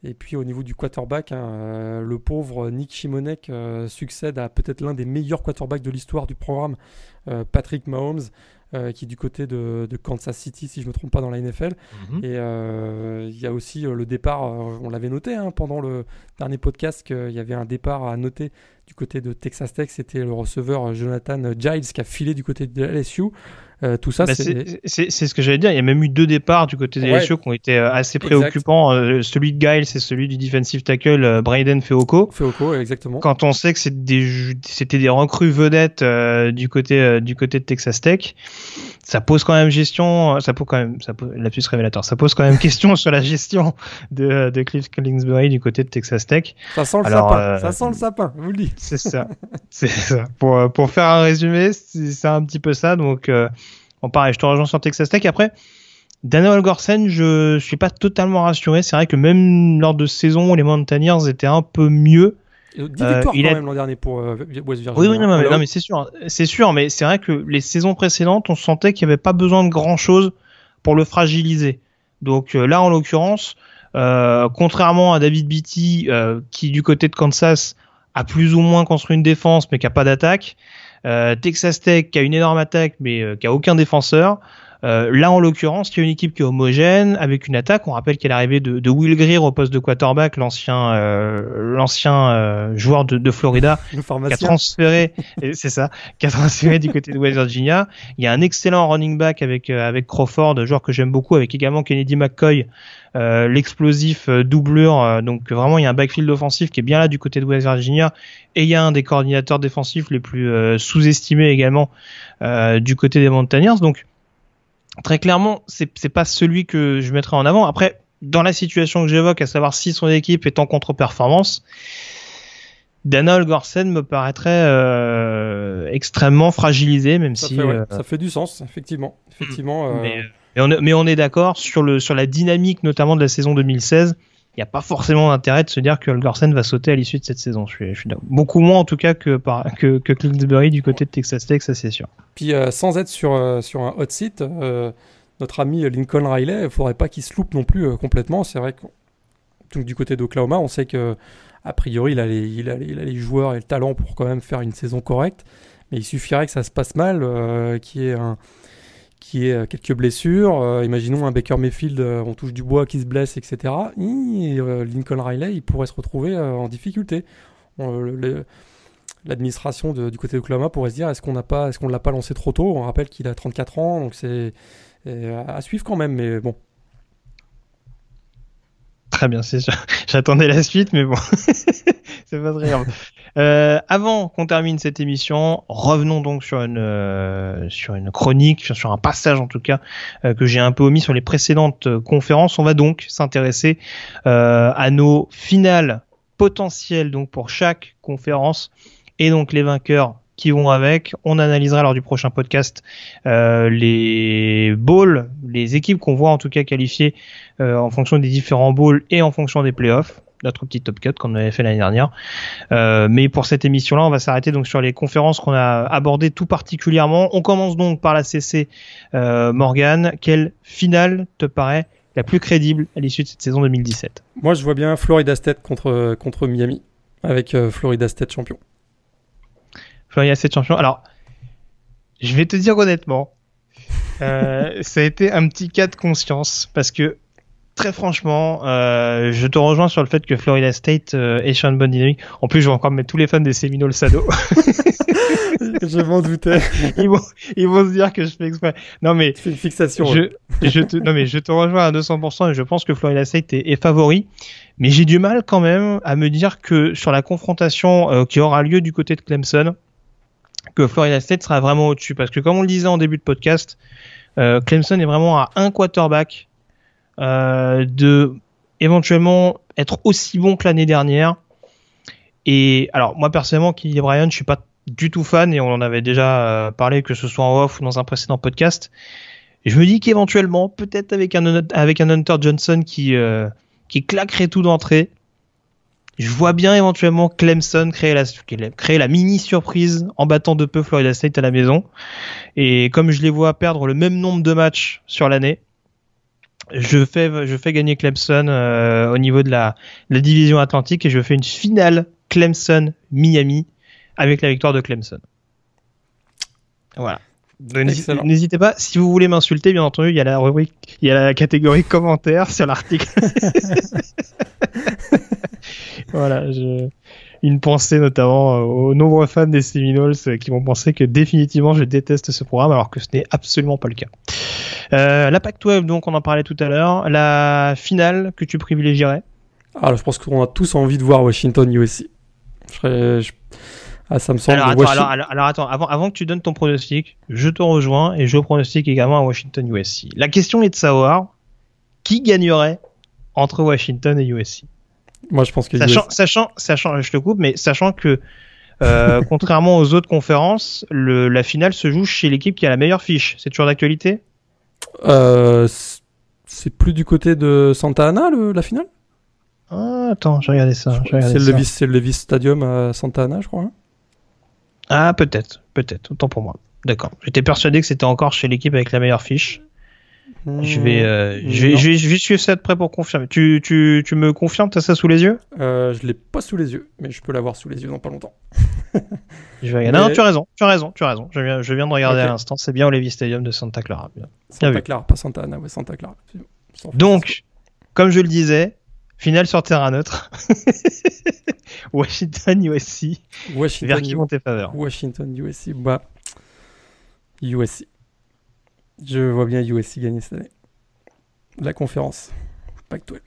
Et puis au niveau du quarterback, hein, euh, le pauvre Nick Shimonek euh, succède à peut-être l'un des meilleurs quarterbacks de l'histoire du programme, euh, Patrick Mahomes, euh, qui est du côté de, de Kansas City, si je ne me trompe pas, dans la N F L. Mm-hmm. Et il euh, y a aussi euh, le départ, euh, on l'avait noté hein, pendant le dernier podcast, qu'il y avait un départ à noter du côté de Texas Tech, c'était le receveur Jonathan Giles qui a filé du côté de L S U. Euh, tout ça, bah c'est... C'est, c'est, c'est ce que j'allais dire. Il y a même eu deux départs du côté des ouais. L S U qui ont été assez préoccupants. Euh, celui de Giles et celui du defensive tackle euh, Braden Feoko. Feoko, exactement. Quand on sait que c'est des, c'était des recrues vedettes euh, du côté euh, du côté de Texas Tech, ça pose quand même gestion. Ça pose quand même, ça pose, lapsus révélateur. Ça pose quand même question sur la gestion de, de Cliff Kingsbury du côté de Texas Tech. Ça sent le Alors, sapin. Euh, ça sent le sapin. Je vous le dis. C'est ça. C'est ça. Pour pour faire un résumé, c'est, c'est un petit peu ça. Donc euh, Bon, pareil, je te rejoins sur Texas Tech. Après, Daniel Holgorsen, je suis pas totalement rassuré. C'est vrai que même lors de saison où les Mountaineers étaient un peu mieux. dix victoires euh, il quand a... même l'an dernier pour euh, West Virginia. Oui, oui, non, mais, non, mais c'est sûr, c'est sûr. Mais c'est vrai que les saisons précédentes, on sentait qu'il n'y avait pas besoin de grand chose pour le fragiliser. Donc euh, là, en l'occurrence, euh, contrairement à David Beatty, euh, qui du côté de Kansas a plus ou moins construit une défense, mais qui a pas d'attaque. Euh, Texas Tech qui a une énorme attaque mais euh, qui a aucun défenseur. Euh, là en l'occurrence, il y a une équipe qui est homogène avec une attaque. On rappelle qu'elle est arrivée de, de Will Greer au poste de quarterback, l'ancien euh, l'ancien euh, joueur de, de Florida, qui a transféré, c'est ça, qui a transféré du côté de West Virginia. Il y a un excellent running back avec euh, avec Crawford, joueur que j'aime beaucoup, avec également Kennedy McCoy. Euh, l'explosif euh, doublure, euh, donc vraiment il y a un backfield offensif qui est bien là du côté de West Virginia, et il y a un des coordinateurs défensifs les plus euh, sous-estimés également euh, du côté des Mountaineers. Donc très clairement c'est, c'est pas celui que je mettrais en avant. Après, dans la situation que j'évoque, à savoir si son équipe est en contre-performance, Dana Holgorsen me paraîtrait euh, extrêmement fragilisé, même ça si fait, ouais, euh, ça fait du sens, effectivement, effectivement. Euh... Mais, mais, on est, mais on est d'accord sur le sur la dynamique notamment de la saison deux mille seize. Il n'y a pas forcément d'intérêt de se dire que Holgorsen va sauter à l'issue de cette saison. Je suis, je suis beaucoup moins en tout cas que par, que, que Kingsbury du côté de Texas Tech, ça c'est sûr. Puis euh, sans être sur euh, sur un hot seat, euh, notre ami Lincoln Riley, il ne faudrait pas qu'il se loupe non plus euh, complètement. C'est vrai que donc, du côté d'Oklahoma, on sait que a priori il a, les, il, a les, il a les joueurs et le talent pour quand même faire une saison correcte, mais il suffirait que ça se passe mal, euh, qu'il y ait un qui ait quelques blessures, euh, imaginons un Baker Mayfield, euh, on touche du bois, qui se blesse, et cetera. Et, euh, Lincoln Riley, il pourrait se retrouver euh, en difficulté. On, le, l'administration de, du côté d'Oklahoma pourrait se dire, est-ce qu'on n'a pas, est-ce qu'on ne l'a pas lancé trop tôt ? On rappelle qu'il a trente-quatre ans, donc c'est euh, à suivre quand même, mais bon. Très bien, c'est sûr. J'attendais la suite, mais bon, c'est pas très grave. Euh, avant qu'on termine cette émission, revenons donc sur une euh, sur une chronique, sur, sur un passage en tout cas euh, que j'ai un peu omis sur les précédentes euh, conférences. On va donc s'intéresser euh, à nos finales potentielles donc pour chaque conférence et donc les vainqueurs qui vont avec. On analysera lors du prochain podcast euh, les bowls, les équipes qu'on voit en tout cas qualifiées euh, en fonction des différents bowls et en fonction des playoffs. Notre petit top cut qu'on avait fait l'année dernière. Euh, mais pour cette émission-là, on va s'arrêter donc sur les conférences qu'on a abordées tout particulièrement. On commence donc par la C C. Euh, Morgan, quelle finale te paraît la plus crédible à l'issue de cette saison deux mille dix-sept ? Moi, je vois bien Florida State contre, contre Miami, avec euh, Florida State champion. Florida State champion. Alors, je vais te dire honnêtement, euh, ça a été un petit cas de conscience, parce que très franchement, euh, je te rejoins sur le fait que Florida State euh, est sur une bonne dynamique. En plus, je vais encore mettre tous les fans des Seminoles Sado. Je m'en doutais. Ils vont, ils vont se dire que je fais exprès. Non mais c'est une fixation. Je, je te, non mais je te rejoins à deux cents pour cent et je pense que Florida State est, est favori. Mais j'ai du mal quand même à me dire que sur la confrontation euh, qui aura lieu du côté de Clemson, que Florida State sera vraiment au-dessus. Parce que comme on le disait en début de podcast, euh, Clemson est vraiment à un quarterback Euh, de éventuellement être aussi bon que l'année dernière. Et alors moi personnellement, Kelly Bryant, je suis pas du tout fan et on en avait déjà euh, parlé, que ce soit en off ou dans un précédent podcast. Et je me dis qu'éventuellement, peut-être avec un avec un Hunter Johnson qui euh, qui claquerait tout d'entrée, je vois bien éventuellement Clemson créer la créer la mini surprise en battant de peu Florida State à la maison. Et comme je les vois perdre le même nombre de matchs sur l'année, je fais, je fais gagner Clemson euh, au niveau de la, la division Atlantique et je fais une finale Clemson-Miami avec la victoire de Clemson. Voilà. Excellent. N'hésitez pas, si vous voulez m'insulter, bien entendu, il y a la rubrique, il y a la catégorie commentaires sur l'article. Voilà, je... une pensée notamment aux nombreux fans des Seminoles qui vont penser que définitivement je déteste ce programme alors que ce n'est absolument pas le cas. Euh, la Pac douze, donc on en parlait tout à l'heure, la finale que tu privilégierais? Alors je pense qu'on a tous envie de voir Washington U S C. Je serais... je... Ah, ça me semble. Alors, attends, alors, alors, alors attends, avant, avant que tu donnes ton pronostic, je te rejoins et je pronostique également à Washington U S C. La question est de savoir qui gagnerait entre Washington et U S C. Moi, je pense que sachant, U S C... sachant, sachant, je te coupe, mais sachant que euh, contrairement aux autres conférences, le, la finale se joue chez l'équipe qui a la meilleure fiche. C'est toujours d'actualité? euh, C'est plus du côté de Santa Ana le, la finale? Ah, attends, j'ai regardé ça. C'est le Levis, c'est le Levis Stadium à Santa Ana, je crois. Hein. Ah, peut-être, peut-être, autant pour moi. D'accord. J'étais persuadé que c'était encore chez l'équipe avec la meilleure fiche. Mmh, je vais, euh, je vais, je vais, je vais suivre ça de près pour confirmer. Tu, tu, tu me confirmes, t'as ça sous les yeux? euh, Je l'ai pas sous les yeux, mais je peux l'avoir sous les yeux dans pas longtemps. Je vais regarder. Mais... Non, tu as raison, tu as raison, tu as raison. Je viens, je viens de regarder okay. à l'instant. C'est bien au Levis Stadium de Santa Clara. Bien. Santa bien Clara, vu. Pas Santa Ana, ouais, Santa Clara. Donc, comme je le disais, finale sur terrain neutre. Washington U S C. Washington vers qui vont tes faveurs? Washington U S C. Bah, U S C. Je vois bien U S C gagner cette année. La conférence. Pac douze.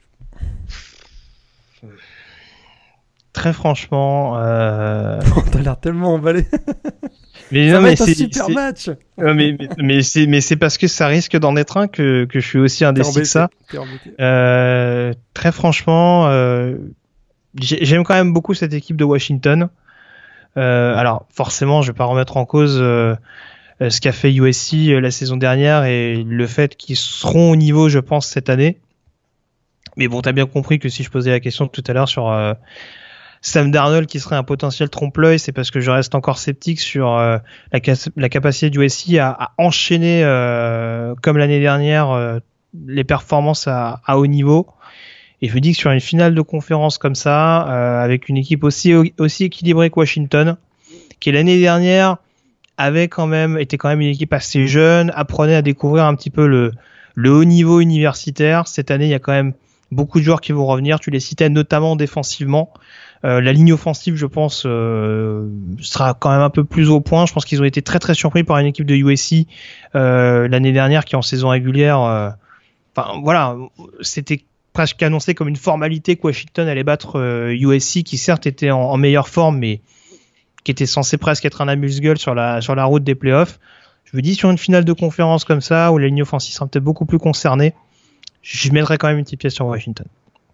Très franchement. Euh... T'as l'air tellement emballé. Mais ça non, va mais être c'est un super c'est... match. Euh, mais mais, mais c'est mais c'est parce que ça risque d'en être un que que je suis aussi indécis que ça. Euh, très franchement, euh, j'aime quand même beaucoup cette équipe de Washington. Euh, alors forcément, je vais pas remettre en cause euh, ce qu'a fait U S C la saison dernière et le fait qu'ils seront au niveau, je pense, cette année. Mais bon, t'as bien compris que si je posais la question tout à l'heure sur euh, Sam Darnold qui serait un potentiel trompe-l'œil, c'est parce que je reste encore sceptique sur euh, la, ca- la capacité du U S C à, à enchaîner, euh, comme l'année dernière, euh, les performances à, à haut niveau. Et je me dis que sur une finale de conférence comme ça, euh, avec une équipe aussi aussi équilibrée que Washington, qui l'année dernière avait quand même était quand même une équipe assez jeune, apprenait à découvrir un petit peu le le haut niveau universitaire. Cette année, il y a quand même beaucoup de joueurs qui vont revenir. Tu les citais notamment défensivement. Euh, la ligne offensive, je pense, euh, sera quand même un peu plus au point. Je pense qu'ils ont été très très surpris par une équipe de U S C euh, l'année dernière qui en saison régulière. Euh, enfin voilà, c'était presque annoncé comme une formalité que Washington allait battre euh, U S C, qui certes était en, en meilleure forme, mais qui était censé presque être un amuse-gueule sur la sur la route des playoffs. Je me dis sur une finale de conférence comme ça où la ligne offensive sera peut-être beaucoup plus concernée, je mettrais quand même une petite pièce sur Washington.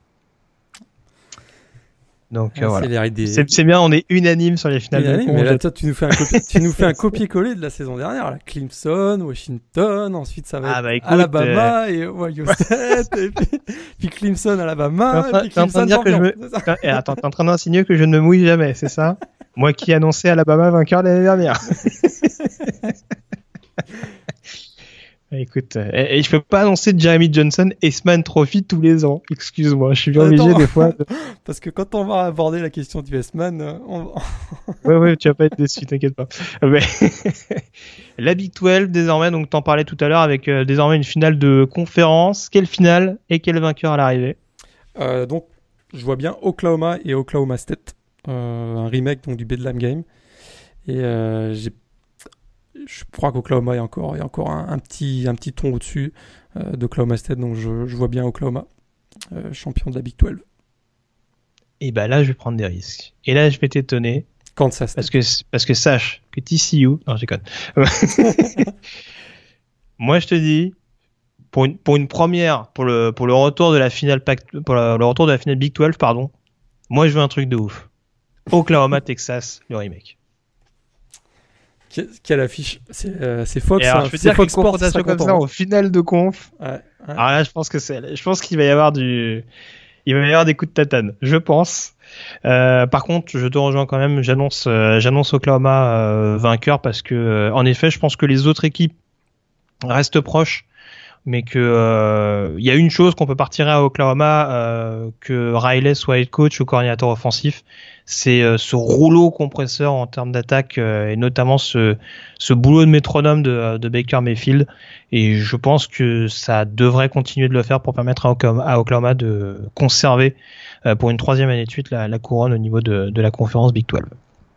Donc ah, euh, voilà. Des... C'est, c'est bien, on est unanime sur les finales unanime, de mais là, toi, tu nous fais un copier, tu nous fais un copier-coller de la saison dernière. Là. Clemson, Washington, ensuite ça va ah, être bah, écoute, Alabama euh... et Ohio State, et puis, puis Clemson, Alabama, et puis Clemson. T'es en train de dire que je me... Et attends, t'es en train d'insinuer que je ne me mouille jamais, c'est ça? Moi qui annonçais Alabama vainqueur l'année dernière. Écoute, et, et je peux pas annoncer Jeremy Johnson Eastman Trophy tous les ans. Excuse-moi, je suis bien obligé des fois. De... Parce que quand on va aborder la question du Eastman, on... ouais ouais, tu vas pas être déçu, t'inquiète pas. Mais la Big douze désormais, donc t'en parlais tout à l'heure avec euh, désormais une finale de conférence. Quelle finale et quel vainqueur à l'arrivée? euh, Donc, je vois bien Oklahoma et Oklahoma State, euh, un remake donc du Bedlam Game. Et euh, j'ai Je crois qu'Oklahoma est encore, est encore un, un, petit, un petit ton au-dessus euh, d'Oklahoma State, donc je, je vois bien Oklahoma, euh, champion de la Big douze. Et bah là, je vais prendre des risques. Et là, je vais t'étonner. Kansas State. Parce que, parce que sache que T C U... Non, je déconne. Moi, je te dis, pour une, pour une première, pour le, pour le retour de la finale Pac, pour la, le retour de la finale Big douze, pardon, moi, je veux un truc de ouf. Oklahoma, Texas, le remake. Quelle affiche, c'est, euh, c'est Fox. Alors, hein, je peux dire Fox qu'une confrontation comme ça, au final de conf. Ouais, ouais. Alors là, je pense que c'est, je pense qu'il va y avoir du, il va y avoir des coups de tatane, je pense. Euh, par contre, je te rejoins quand même. J'annonce, euh, j'annonce Oklahoma euh, vainqueur parce que, euh, en effet, je pense que les autres équipes restent proches mais que euh, il y a une chose qu'on peut pas retirer à Oklahoma, euh, que Riley soit head coach ou coordinateur offensif, c'est euh, ce rouleau compresseur en termes d'attaque euh, et notamment ce ce boulot de métronome de, de Baker Mayfield. Et je pense que ça devrait continuer de le faire pour permettre à Oklahoma, à Oklahoma de conserver euh, pour une troisième année de suite la, la couronne au niveau de, de la conférence Big douze.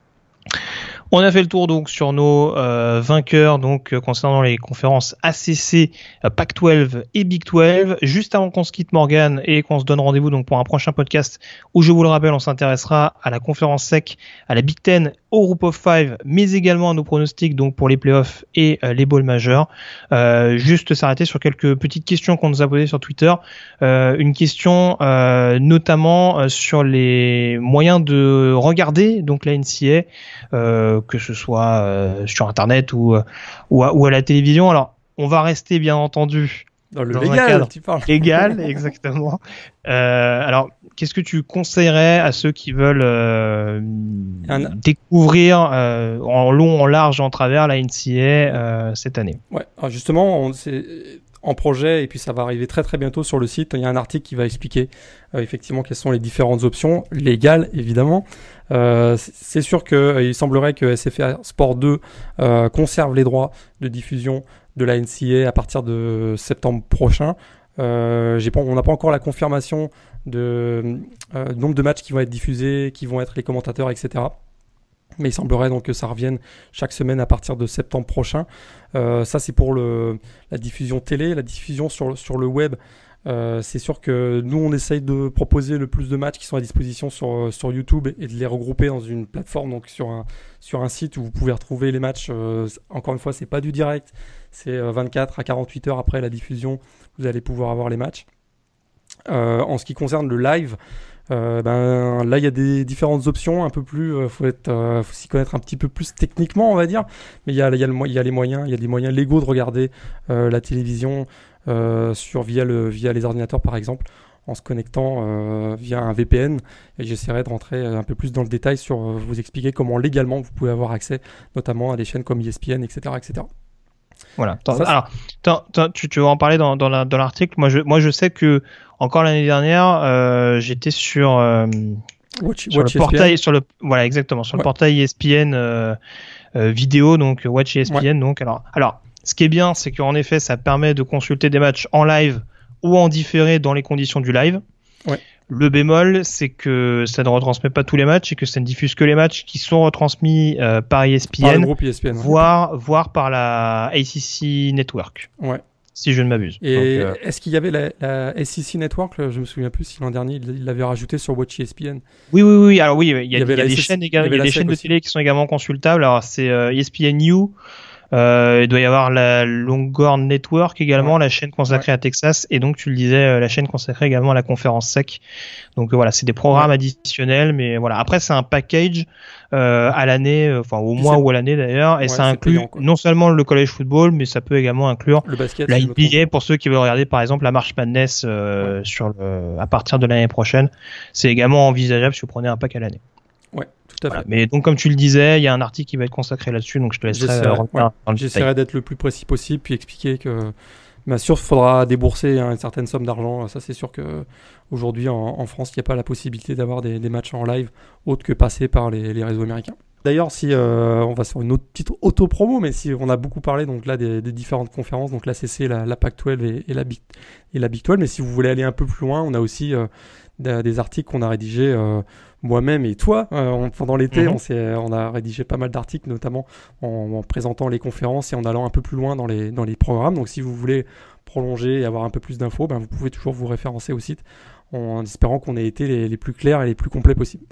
On a fait le tour donc sur nos euh, vainqueurs donc euh, concernant les conférences A C C, euh, Pac douze et Big douze. Juste avant qu'on se quitte Morgan et qu'on se donne rendez-vous donc pour un prochain podcast où je vous le rappelle on s'intéressera à la conférence S E C, à la Big Ten, au Group of Five, mais également à nos pronostics donc pour les playoffs et euh, les bowls majeurs. Euh, juste s'arrêter sur quelques petites questions qu'on nous a posées sur Twitter. Euh, une question euh, notamment euh, sur les moyens de regarder donc la N C A A. Euh, que ce soit euh, sur internet ou, ou, à, ou à la télévision. Alors, on va rester bien entendu dans le dans légal, un cadre tu parles. Légal, exactement. Euh, alors, qu'est-ce que tu conseillerais à ceux qui veulent euh, un... découvrir euh, en long, en large, en travers la N C A A euh, cette année? Ouais, alors justement, on, c'est en projet et puis ça va arriver très très bientôt sur le site. Il y a un article qui va expliquer euh, effectivement quelles sont les différentes options légales évidemment. Euh, c'est sûr qu'il euh, semblerait que S F R Sport deux euh, conserve les droits de diffusion de la N C A A à partir de septembre prochain. Euh, j'ai pas, on n'a pas encore la confirmation de euh, nombre de matchs qui vont être diffusés, qui vont être les commentateurs, et cetera. Mais il semblerait donc que ça revienne chaque semaine à partir de septembre prochain. Euh, ça, c'est pour le, la diffusion télé, la diffusion sur, sur le web. Euh, c'est sûr que nous, on essaye de proposer le plus de matchs qui sont à disposition sur, sur YouTube et de les regrouper dans une plateforme, donc sur un, sur un site où vous pouvez retrouver les matchs. Euh, encore une fois, c'est pas du direct, c'est vingt-quatre à quarante-huit heures après la diffusion, vous allez pouvoir avoir les matchs. Euh, en ce qui concerne le live, Euh, ben là il y a des différentes options un peu plus euh, faut être euh, faut s'y connaître un petit peu plus techniquement on va dire, mais il y a il y a, le, il y a les moyens il y a des moyens légaux de regarder euh, la télévision euh, sur via le via les ordinateurs par exemple en se connectant euh, via un V P N, et j'essaierai de rentrer un peu plus dans le détail sur euh, vous expliquer comment légalement vous pouvez avoir accès notamment à des chaînes comme E S P N, etc etc. Voilà. Ça, alors, t'as, t'as, tu, tu vas en parler dans, dans, la, dans l'article. Moi je, moi, je sais que encore l'année dernière, euh, j'étais sur, euh, Watch, sur Watch le portail, E S P N. sur le, voilà, exactement, sur ouais. le portail E S P N euh, euh, vidéo, donc Watch E S P N. Ouais. Donc, alors, alors, ce qui est bien, c'est qu'en effet, ça permet de consulter des matchs en live ou en différé dans les conditions du live. Ouais. Le bémol, c'est que ça ne retransmet pas tous les matchs et que ça ne diffuse que les matchs qui sont retransmis euh, par E S P N, par le groupe E S P N, voire, ouais. voire par la A C C Network. Ouais. Si je ne m'abuse. Et donc, euh... est-ce qu'il y avait la, la S E C Network? Je me souviens plus si l'an dernier il l'avait rajouté sur Watch E S P N. Oui, oui, oui. Alors oui, il y a, il y a, il y a des S E C, chaînes, également, il y a des chaînes de aussi. télé qui sont également consultables. Alors c'est euh, E S P N U. Euh, il doit y avoir la Longhorn Network également, ouais. la chaîne consacrée ouais. à Texas, et donc tu le disais, euh, la chaîne consacrée également à la conférence S E C. Donc euh, voilà, c'est des programmes ouais. additionnels, mais voilà. Après, c'est un package euh, à l'année, enfin au mois ou à l'année d'ailleurs, et ouais, ça inclut payant, non seulement le college football, mais ça peut également inclure le basket, la N B A pour ceux qui veulent regarder par exemple la March Madness euh, ouais. sur le, à partir de l'année prochaine. C'est également envisageable si vous prenez un pack à l'année. Ouais, tout à fait. Voilà. Mais donc, comme tu le disais, il y a un article qui va être consacré là-dessus, donc je te laisserai J'essaierai, revenir ouais. dans le J'essaierai d'être le plus précis possible, puis expliquer que, bien sûr, il faudra débourser hein, une certaine somme d'argent. Ça, c'est sûr que aujourd'hui en, en France, il n'y a pas la possibilité d'avoir des, des matchs en live autres que passer par les, les réseaux américains. D'ailleurs, si euh, on va sur une autre petite auto-promo, mais si on a beaucoup parlé donc là des, des différentes conférences, donc l'A C C, la, la Pac douze et, et, la Big, et la Big douze, mais si vous voulez aller un peu plus loin, on a aussi euh, des, des articles qu'on a rédigés euh, moi-même et toi euh, on, pendant l'été. Mm-hmm. on, s'est, on a rédigé pas mal d'articles, notamment en, en présentant les conférences et en allant un peu plus loin dans les, dans les programmes. Donc si vous voulez prolonger et avoir un peu plus d'infos, ben, vous pouvez toujours vous référencer au site en espérant qu'on ait été les, les plus clairs et les plus complets possibles.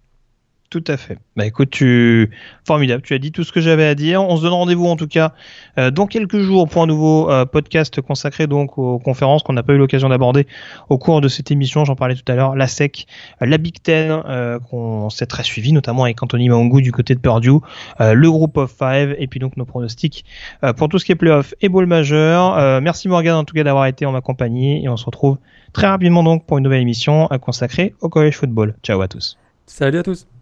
Tout à fait. Bah écoute, tu formidable. Tu as dit tout ce que j'avais à dire. On se donne rendez-vous en tout cas euh, dans quelques jours pour un nouveau euh, podcast consacré donc aux conférences qu'on n'a pas eu l'occasion d'aborder au cours de cette émission. J'en parlais tout à l'heure. La S E C, la Big Ten euh, qu'on s'est très suivi, notamment avec Anthony Maungu du côté de Purdue, euh, le Group of Five et puis donc nos pronostics euh, pour tout ce qui est playoff et bowl majeur. Euh, merci Morgan en tout cas d'avoir été en ma compagnie et on se retrouve très rapidement donc pour une nouvelle émission euh, consacrée au college football. Ciao à tous. Salut à tous.